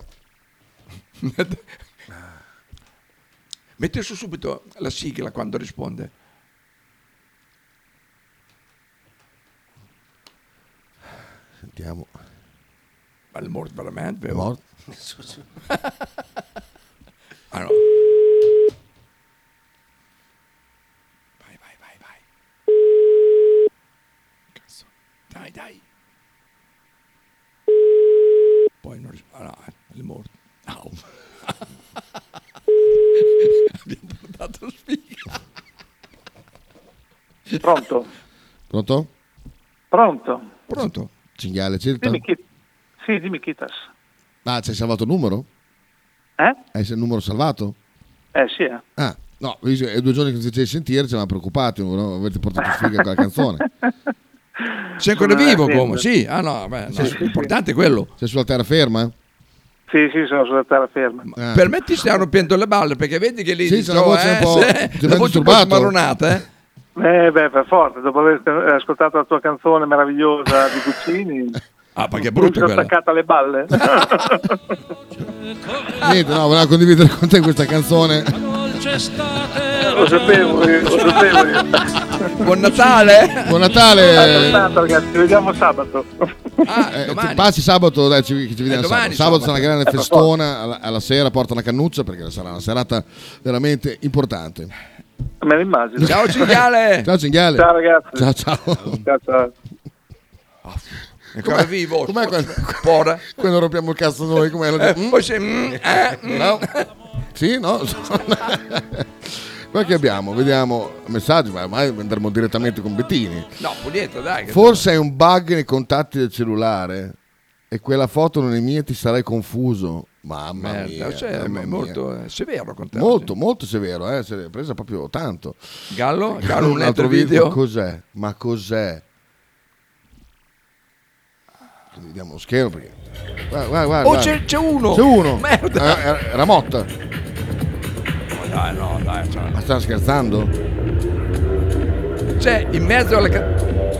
Metti su subito la sigla quando risponde. Sentiamo. Ma il morto veramente, È vero? morto? Ah no. Vai, vai, vai, vai. Cazzo. Dai, dai. Poi non risponde. Ah no, è il morto. Au. Abbiamo portato sfiga. Pronto? Pronto? Pronto? Pronto? Cinghiale, certo. Dimmi chi... Sì, dimmi Kitas. Ah, ci hai salvato il numero? Eh? Hai il numero salvato? Eh sì, eh. Ah, no, è due giorni che non ti facevi sentire, ci eravamo preoccupati, non averti portato sfiga con la canzone. Sei ancora Sono vivo nella come? azienda. Sì, ah no, beh, no, Sì, sì, l'importante è quello. Sei sulla terraferma? Sì, sì, sono sulla terraferma. Ah. Per me ti stiamo rompendo le balle perché vedi che lì Sì, dice, c'è una voce eh, un po'- se- ti la vedo voce un po' disturbato. smarronata, eh? Eh beh, per forza, dopo aver ascoltato la tua canzone meravigliosa di Guccini, Ah, perché è mi brutta sono quella. attaccata alle balle. Niente, no, volevo condividere con te questa canzone. Lo sapevo io, lo sapevo io. Buon Natale! Buon Natale! Altrettanto, ragazzi, ci vediamo sabato. Ah, Eh, domani. ti passi sabato, dai, ci, ci vediamo Eh, domani, sabato. Sabato sabato. sarà una grande Eh, festona, alla, alla sera porta una cannuccia perché sarà una serata veramente importante. Me lo immagino. Ciao Cinghiale! Ciao Cinghiale. Ciao ragazzi. Ciao ciao. Ciao, ciao. È ancora vivo. Com'è quando, Pora. quando rompiamo il cazzo noi? Com'è? Lo- Eh, poi se... mm, eh, mm. No? Sì, no? Qua che abbiamo? Vediamo messaggi, ma ormai andremo direttamente con Bettini. No, Puglietto, dai. che- Forse è un bug nei contatti del cellulare e quella foto non è mia, ti sarai confuso. Mamma Merda, mia, cioè, mamma è mia. molto eh, severo con te. molto, molto severo, eh? Se l'è presa proprio tanto. Gallo, Gallo, un altro video. video. Ma cos'è? Ma cos'è? Vediamo lo schermo perché... Guarda, guarda, guarda, Oh, guarda. c'è, c'è uno. C'è uno. Merda. Eh, era- era Motta. No, dai, no, dai. Cioè. Ma stanno scherzando? C'è in mezzo alla... ca-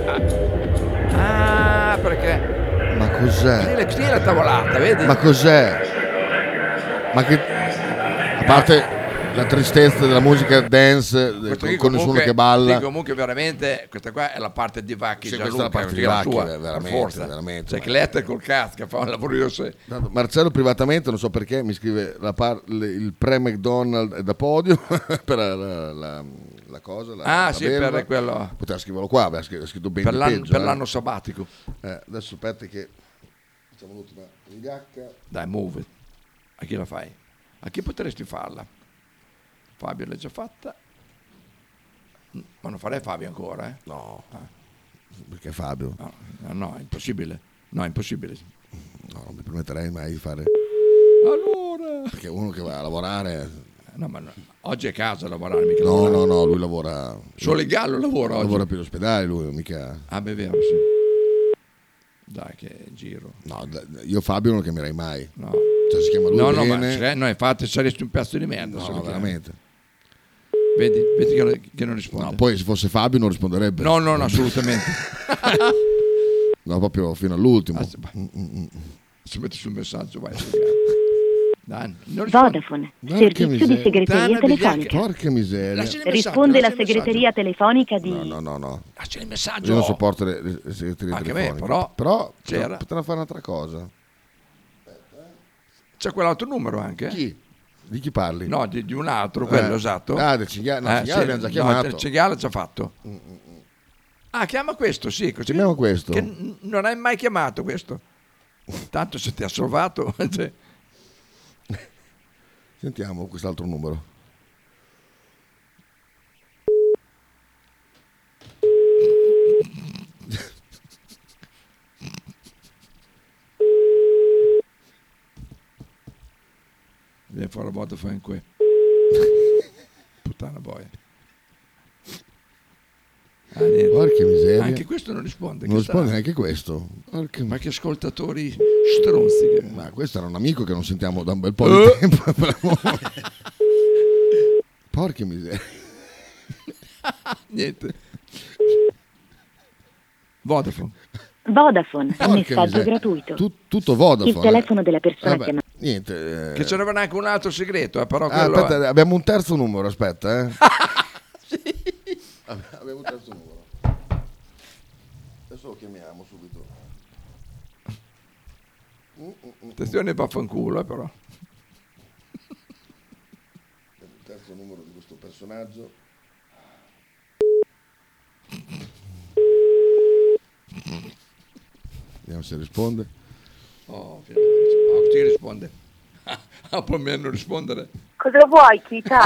Ah, ah perché... Ma cos'è? Qui è la tavolata, vedi? Ma cos'è? Ma che... A parte la tristezza della musica dance, eh, Questo con, qui con nessuno comunque- che balla. sì, comunque veramente questa qua è la parte di Vacchi, Sì, Gianluca, questa è la parte di che Vacchi, sua, ver- veramente, per forza. veramente. Cioè Cletter col cazzo che fa un lavoro io sé. Tanto Marcello privatamente, non so perché, mi scrive la par- le- il pre-McDonald's da podio per la, la- la- la cosa. La, Ah, la sì, belva. per quello- Poteva scriverlo qua, aveva scritto, scritto ben Per di l'anno, peggio, per eh. l'anno sabbatico. Eh, adesso aspetta che facciamo l'ultima vigliacca. Dai, move. A chi la fai? A chi potresti farla? Fabio l'ha già fatta. Ma non farei Fabio ancora, eh? No. Ah. Perché Fabio? No, no, no, è impossibile. No, è impossibile. No, non mi permetterei mai di fare... Allora... Perché uno che va a lavorare... No, ma no, oggi è a casa a lavorare, mica No, lavora. no, no, lui lavora... Solo il Gallo lavora oggi. Lavora più all'ospedale, lui mica... Ah, beh, vero, sì. Dai, che giro. No, d- io Fabio non lo chiamerei mai. No. Cioè si chiama lui No, no, ma bene. se- no, infatti saresti un pezzo di merda. se No, lo chiami. veramente. Vedi, vedi che, non, che non risponde. No, poi se fosse Fabio non risponderebbe. No, no, no, assolutamente. No, proprio fino all'ultimo. Ah, se- Mm, mm, mm. Se metti sul messaggio, vai. Dai, non risponde. Vodafone, Porca servizio miseria. di segreteria Dana telefonica. Vigliacca. Porca miseria. Lascia il messaggio, Risponde la lascia il segreteria telefonica di... No, no, no, no. Lascia il messaggio. Io non sopporto le, le segreterie Anche me, telefoniche. però Però c'era. potrà fare un'altra cosa. Aspetta. C'è quell'altro numero anche? Chi? Di chi parli? No, di, di un altro, quello Eh. esatto. Ah, del cinghiale, no, Eh, cinghiale abbiamo già no, chiamato. il cinghiale ha già fatto. Ah, chiama questo, sì. Così, Chiamiamo questo. Che n- non hai mai chiamato questo. Tanto se ti ha salvato. cioè. Sentiamo quest'altro numero. Vieni fuori la volta fai in qui. Puttana boia. Ah, niente. Porca miseria. Anche questo non risponde. Non che risponde sta- neanche questo. Porca- Ma che ascoltatori stronzi. che- Ma questo era un amico che non sentiamo da un bel po' di Eh. tempo. Porca miseria. Niente. Vodafone. Vodafone, Porca messaggio miseria. gratuito. Tu- tutto Vodafone. Il telefono della persona Vabbè, chiamata. niente. eh. Che ce n'aveva anche un altro segreto, eh, però Ah, quello aspetta, abbiamo un terzo numero, aspetta. Eh. Vabbè, abbiamo un terzo numero. Adesso lo chiamiamo subito. Mm, mm, mm. Attenzione, vaffanculo, eh, però. Il terzo numero di questo personaggio. Vediamo se risponde. Oh, finalmente. Ah, così risponde. Ah, poi me non rispondere. Cosa vuoi, Kita?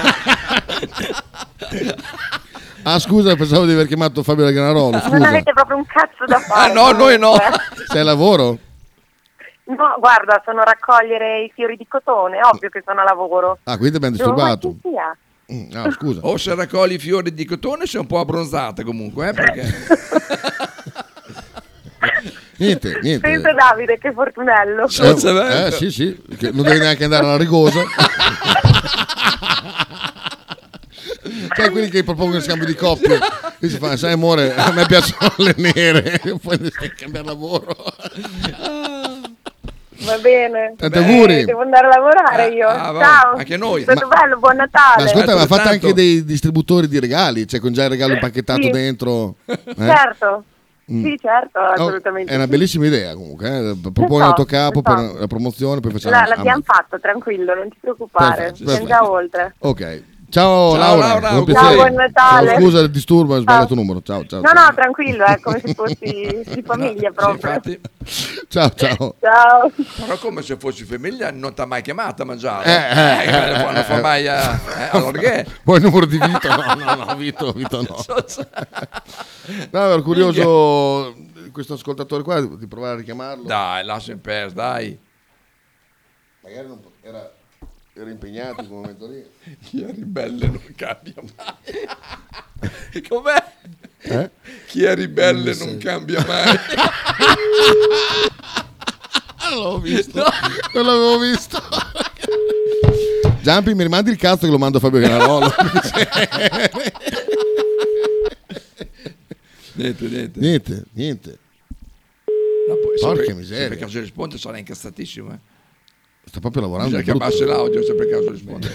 Ah, scusa, pensavo di aver chiamato Fabio Granarolo. Non Scusa. avete proprio un cazzo da Ah, fare. no, noi no. Sei a lavoro? No, guarda, sono a raccogliere i fiori di cotone, ovvio che sono a lavoro. Ah, quindi ti abbiamo Dove vuoi disturbato. che sia? Mm, ah, scusa. O se raccogli i fiori di cotone sei un po' abbronzata comunque, eh, perché... Niente, niente. Pensa Davide, che fortunello. Eh, eh, sì, sì, che non devi neanche andare alla rigosa. Cioè quelli che propongono il scambio di coppie che si fa, sai amore, a me piacciono le nere, poi devi cambiare lavoro. Va bene. Tanti auguri. Eh, devo andare a lavorare io. ah, va, Ciao. anche noi. È stato Ma- bello, buon Natale. Ma ascolta, ma ha fatto Altrettanto. anche dei distributori di regali, cioè con già il regalo impacchettato Sì. dentro. Eh? Certo. Mm. Sì, certo, Oh, assolutamente. è una sì. bellissima idea comunque, eh. Proponi so, al tuo capo lo so. per la promozione, poi facciamo... La- l'abbiamo fatto, tranquillo, non ti preoccupare. Perfetto, Siamo perfetto. già oltre. Ok. Ciao, Ciao, Laura, Laura, buon auguri. piacere. Ciao, buon Natale. Oh, scusa il disturbo, ho sbagliato Ciao. il numero. Ciao, ciao. No, ciao. no, tranquillo, è come se fossi di famiglia proprio. Infatti, Ciao, ciao. Ciao. però come se fossi famiglia non ti ha mai chiamata a mangiare. Eh, eh, Eh, non fa mai a... eh, allora che? Vuoi il numero di Vito? No, no, no, Vito, Vito no. No, ero curioso questo ascoltatore qua di provare a richiamarlo. Dai, lascia in perdere, dai. Magari non po- era, era impegnato in quel momento lì. Chi è ribelle non cambia mai. Com'è? Eh? Chi è ribelle non cambia mai. Non l'avevo visto. Non l'avevo visto. Giampi, mi rimandi il cazzo che lo mando a Fabio Granarolo. Niente, niente. Niente, niente. No, poi, se Porca per- miseria. Se per caso risponde sarà incazzatissimo. Eh. Sta proprio lavorando. Bisogna di brutto. chiamarsi l'audio se per caso risponde.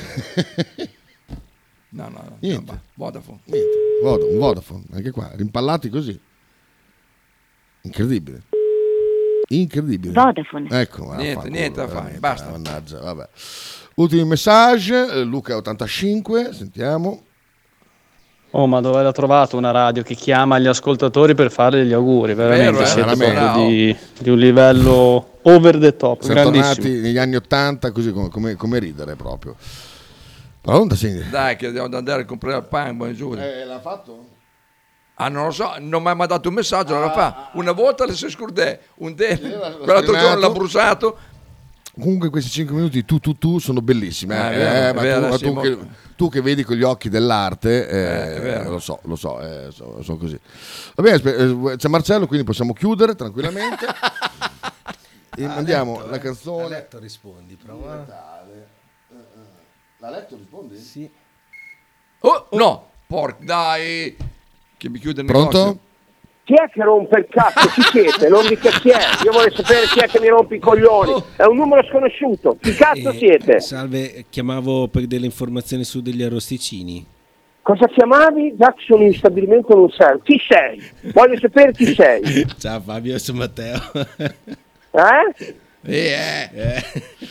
No, no, no. Niente. no, Vodafone. Niente. Voda- un Vodafone, anche qua, rimpallati così. Incredibile. Incredibile. Vodafone. Ecco, va, Niente, fa niente da culo, fare, veramente, basta. Mannaggia, vabbè. Ultimi messaggi, eh, Luca ottantacinque, sentiamo. Oh, ma dove l'ha trovato una radio che chiama gli ascoltatori per fare gli auguri? Veramente, Vero, eh? siete Veramente. proprio di, di un livello over the top, Siamo grandissimo. tornati negli anni ottanta, così come, come, come ridere proprio. Però non da segni. Dai, che devo andare a comprare il pan, buongiorno. Eh, l'ha fatto? Ah, non lo so, non mi ha mandato un messaggio, allora fa. Una volta le si scordè, un te, l'ha- l'ha quell'altro giorno scrinato. l'ha bruciato. Comunque questi cinque minuti tu tu tu sono bellissimi. eh. Ah, è vero, Eh, è ma vero, tu, ma sì, tu mo- che, tu che vedi con gli occhi dell'arte, eh, Eh, è vero. lo so, lo so, eh, so, so così. Va bene, spe- eh, c'è Marcello, quindi possiamo chiudere tranquillamente. E mandiamo letto, la eh. canzone. L'ha letto, rispondi, prova. L'ha letto, rispondi? Sì. Oh, no, porca, dai, che mi chiude il Pronto? negozio. Chi è che rompe il cazzo? Chi siete? Non dica chi è. Io voglio sapere chi è che mi rompe i coglioni. È un numero sconosciuto. Chi cazzo Eh, siete? Salve, chiamavo per delle informazioni su degli arrosticini. Cosa chiamavi? Già che sono in stabilimento non serve. Chi sei? Voglio sapere chi sei. Ciao Fabio, sono Matteo. Eh? Eh, eh.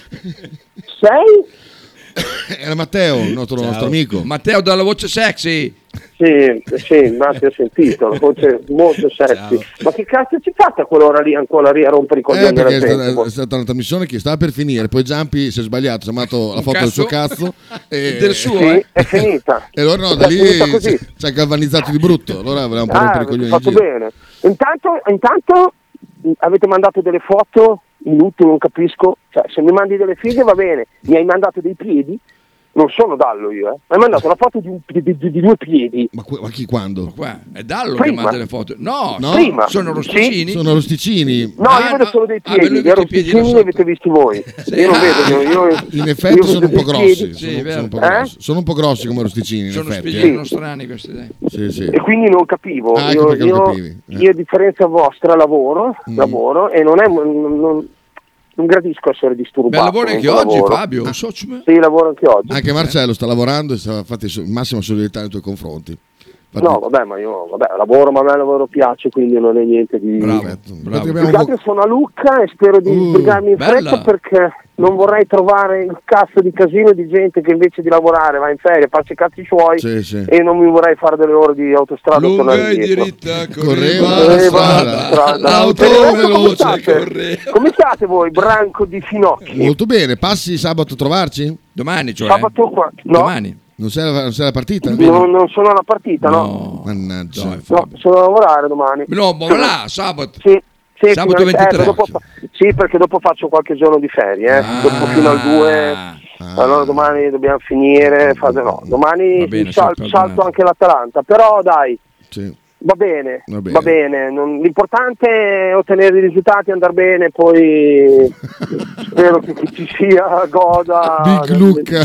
Sei? Era Matteo, il nostro, nostro amico. Matteo dalla voce sexy. Sì, sì, ma ti ho sentito, la voce molto sexy. Ciao. Ma che cazzo ci fatta quell'ora lì ancora lì a rompere i coglioni Eh, perché alla è gente? stata, è stata una trasmissione che stava per finire, poi Giampi si è sbagliato, si è chiamato la foto del suo cazzo e del suo, Sì, eh. è finita. E allora no, È da lì finita così. ci ci ha galvanizzato di brutto, allora volevamo un po' rompere Ah, i coglioni avete in fatto giro. bene. Intanto, intanto mh, avete mandato delle foto inutili, non capisco. Cioè, se mi mandi delle fighe va bene, mi hai mandato dei piedi, non sono Dallo io, eh. Mi hai mandato una foto di, un, di, di, di due piedi. Ma, que- ma chi quando? Qua, è Dallo Prima. che manda le foto. No, No? Prima. sono rosticini. Sono rosticini. No, Ah, io vedo no. solo dei Ah, beh, piedi, lui gli vede i piedi arrosticini da li avete visti voi. Io non Ah. vedo, io, io, In effetti io sono un vedo po' dei grossi, piedi. Sì, sono, vero. sono un po' Eh? grossi. Sono un po' grossi come rosticini, in Sono effetti. spieghi eh. nostrani questi, dai. Sì, sì. E quindi non capivo. Ah, ecco io, perché lo io, capivi. Eh. io, a differenza vostra, lavoro, Mm. lavoro e non è. Non, non, non gradisco essere disturbato. Beh, lavori anche mentre oggi, lavoro. Fabio. Ah. So- come- Sì, lavoro anche oggi. Anche Marcello sta lavorando e sta fatti so- massima solidarietà nei tuoi confronti. Infatti- No, vabbè, ma io vabbè, lavoro, ma a me il lavoro piace, quindi non è niente di. Bravo, Perfetto. bravo. Infatti Più abbiamo che un po'- altro sono a Lucca e spero di Uh, sbrigarmi in bella. fretta perché non vorrei trovare il cazzo di casino di gente che invece di lavorare va in ferie, faccia i cazzi suoi Sì, sì. e non mi vorrei fare delle ore di autostrada e Lunga tornare e indietro. diritta, Correva correva la la strada. strada. L'auto Come veloce state? correva. Come state voi, branco di finocchi? Molto bene, passi sabato a trovarci? Domani, cioè. Sabato qua? No, Domani. Non sei alla, non sei alla partita? non, non sono alla partita, no. No. Mannaggia. Dai, No, Fabio. sono a lavorare domani. No, ma va là, sabato. Sì, sì, Sabato fino al- ventitré. eh, dopo fa- sì, perché dopo faccio qualche giorno di ferie, eh. Ah. Dopo fino al due. Allora domani dobbiamo finire. Fate, no, domani Va bene, sal- sei salto perdonato. anche l'Atalanta. Però dai, Sì. va bene, Va bene. va bene. Non- l'importante è ottenere i risultati, andare bene, poi spero che chi ci sia goda. Big Luca.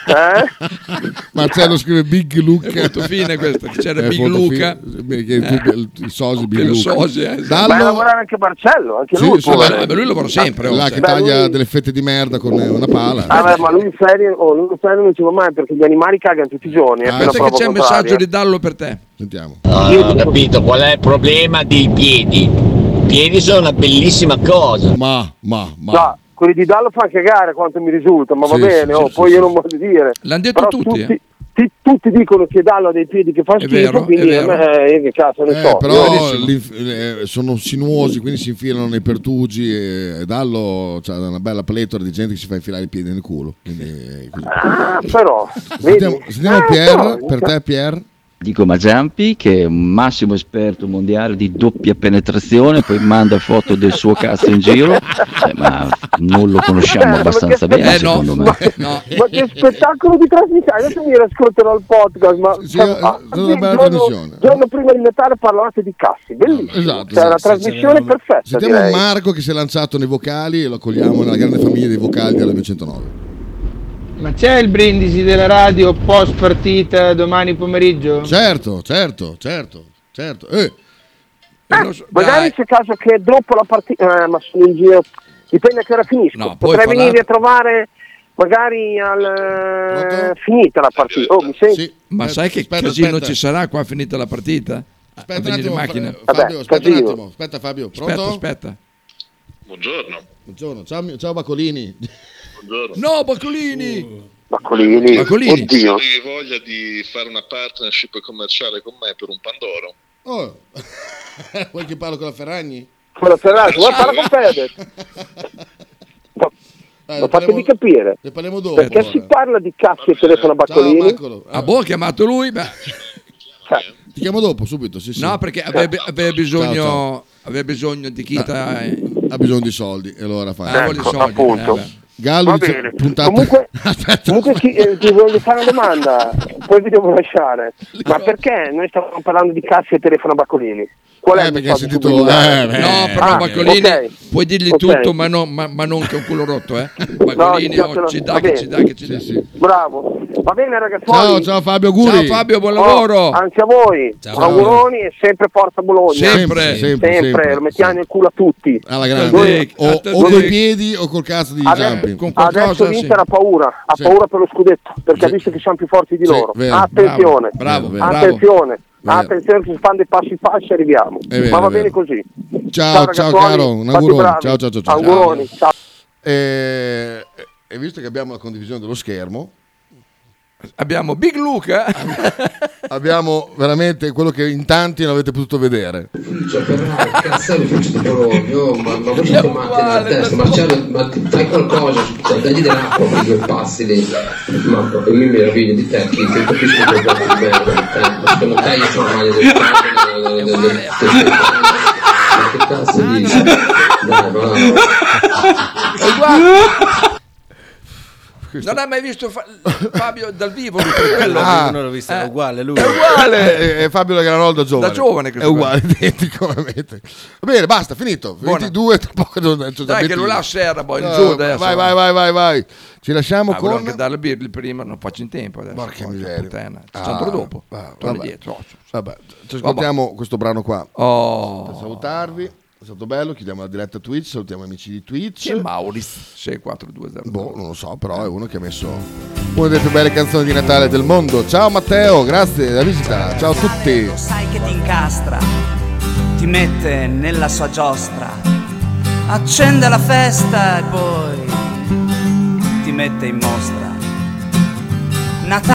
Eh? Marcello scrive Big Luca. È molto fine questa, che c'era È Big molto Luca. fine, che il, il sosi Big Che lo Luca. sosi, eh. Vai a Dallo, lavorare anche Marcello, anche sì, lui. sì, povero. Vabbè, lui lavora sempre. là oh, che cioè. Beh, taglia lui- delle fette di merda con una pala. Ah, beh, ma lui in ferie, oh, lui in ferie non ci va mai perché gli animali cagano tutti i giorni. eh, Ah, appena Aspetta che provo c'è un contrario. messaggio di Dallo per te. Sentiamo. Non ho capito qual è il problema dei piedi. I piedi sono una bellissima cosa. Ma, ma, ma. No, quelli di Dallo fa cagare quanto mi risulta, ma va Sì, bene, sì, oh, sì, poi sì, io sì. non voglio dire. L'hanno detto Però tutti, eh. È schifo, vero, quindi è a vero. me, io che cazzo ne Eh, so. però io- l'inf- eh, sono sinuosi, quindi si infilano nei pertugi e, e Dallo c'ha una bella pletora di gente che si fa infilare i piedi nel culo. Quindi, eh, così. Ah, però, Sentiamo, vedi? sentiamo Ah, Pier, però, per te Pier. Dico Maggiampi che è un massimo esperto mondiale di doppia penetrazione, poi manda foto del suo cazzo in giro, eh, ma non lo conosciamo Eh, abbastanza perché- bene Eh, no. secondo me. Ma, No. ma che spettacolo di trasmissione, adesso mi ascolterò il podcast, ma Sì, è stata una bella il trasmissione. giorno, giorno prima di Natale parlavate di Cassi, bellissimo, Esatto, cioè, una esatto. trasmissione perfetta. Sentiamo direi. Marco che si è lanciato nei vocali e lo accogliamo nella grande famiglia dei vocali della duecentonove. Ma c'è il brindisi della radio post partita domani pomeriggio? Certo, certo, certo, certo. Eh, Eh, lo so- Magari dai. c'è caso che dopo la partita, eh, ma sono in giro, dipende a che ora finisco. No, poi Potrei fa venirvi la- a trovare magari al eh, Pronto? finita la partita. Oh, mi senti? sì. Ma Eh, sai che aspetta, casino aspetta. ci sarà qua finita la partita? Aspetta a un venire in attimo, macchina. Fa- Fabio, Vabbè, aspetta un casino. attimo. Aspetta Fabio, pronto? Aspetta, aspetta. Buongiorno. Buongiorno, ciao, ciao Bacolini. Buongiorno. No, Baccolini! Baccolini. Baccolini. Oddio. Avevi voglia di fare una partnership commerciale con me per un Pandoro? Oh. Vuoi che parlo con la Ferragni? Quella Ferrari, guarda, parla con Fede. No, Dai, ma ne fatemi parliamo- capire. Ne parliamo dopo. Perché ora. si parla di cazzi e telefono a Ciao Baccolini? Marcolo. Ah, boh, ha chiamato lui? Beh, Cioè, Ti chiamo dopo, subito, sì, sì. no, perché aveva, aveva bisogno, Ciao, ciao. aveva bisogno di Kita. Eh. Ha bisogno di soldi e allora fa. Ah, vuole ecco, soldi. appunto. eh, beh. Gallo Va dice bene. puntata. Comunque, Aspetta. comunque sì, eh, ti voglio fare una domanda, poi vi devo lasciare. Ma perché noi stavamo parlando di cazzi e telefono a Baccolini? Qual è Eh, il perché hai messaggio sentito subliminale? eh, beh. No, però Ah, Baccolini ok. puoi dirgli Ok. tutto, ma non, ma, ma non che è un culo rotto, eh. Baccolini No, oh, ci dà, va che bene. ci dà, che ci dà. Sì, sì. Bravo. Va bene ragazzi. Ciao, ciao Fabio, auguri. Ciao Fabio, buon Oh, lavoro. anche a voi. Ciao. Auguroni e sempre forza Bologna. Sempre. sempre, sempre, lo mettiamo nel culo a tutti. Alla grande. Noi- O, o noi- coi piedi o col cazzo di Adesso, jumping. con qualcosa, adesso sì. l'Inter ha paura, ha Sì. paura per lo scudetto, perché ha Sì. visto che siamo più forti di Sì, loro. vero. Attenzione, Bravo, vero, bravo. attenzione, Vero. attenzione che si fanno dei passi falsi e arriviamo. È vero, Ma va è vero. bene così. Ciao, ciao ragazzuoli, caro, un fate augurone. bravi. Ciao, ciao, ciao, ciao. Auguroni, ciao. E, e visto che abbiamo la condivisione dello schermo, abbiamo Big Luca, abbiamo veramente quello che in tanti non avete potuto vedere. Cioè, Ferrari, cazzo di Freccia di Bologna, oh, ma, ma voi siete matti nella testa, Marcello, ma ti fai qualcosa, cioè, dagli dell'acqua per due passi lì, ma io mi meraviglio di te, chi ti capisco che giochi di merda, ma secondo te io sono la maglia del padre, del ma che cazzo dici? Dai, va. Non hai mai visto Fa- Fabio dal vivo? Lui, per quello Ah, non l'ho visto, è eh. uguale lui. È uguale, è, è Fabio Granol da giovane. Da giovane è questo uguale, identico. veramente. Va bene, basta, finito. Buona. ventidue, tra poco devo- cioè, Dai, che metti- lo lascia era poi No, giù adesso. vai, vai, vai, vai, vai. Ci lasciamo Ah, volevo con... anche darle birri prima, non faccio in tempo adesso. Porca Porca miseria. puttana. Ci Ah, sono torno dopo. va- Torno vabbè. dietro. Vabbè, ci ascoltiamo questo brano qua. Oh. Per salutarvi. È stato bello, chiudiamo la diretta Twitch, salutiamo amici di Twitch. Chi è Mauris? sei quattro due zero. Boh, non lo so, però è uno che ha messo una delle più belle canzoni di Natale del mondo. Ciao Matteo, grazie della visita. Ciao a tutti. Sai che ti incastra, ti mette nella sua giostra, accende la festa e poi ti mette in mostra. Natale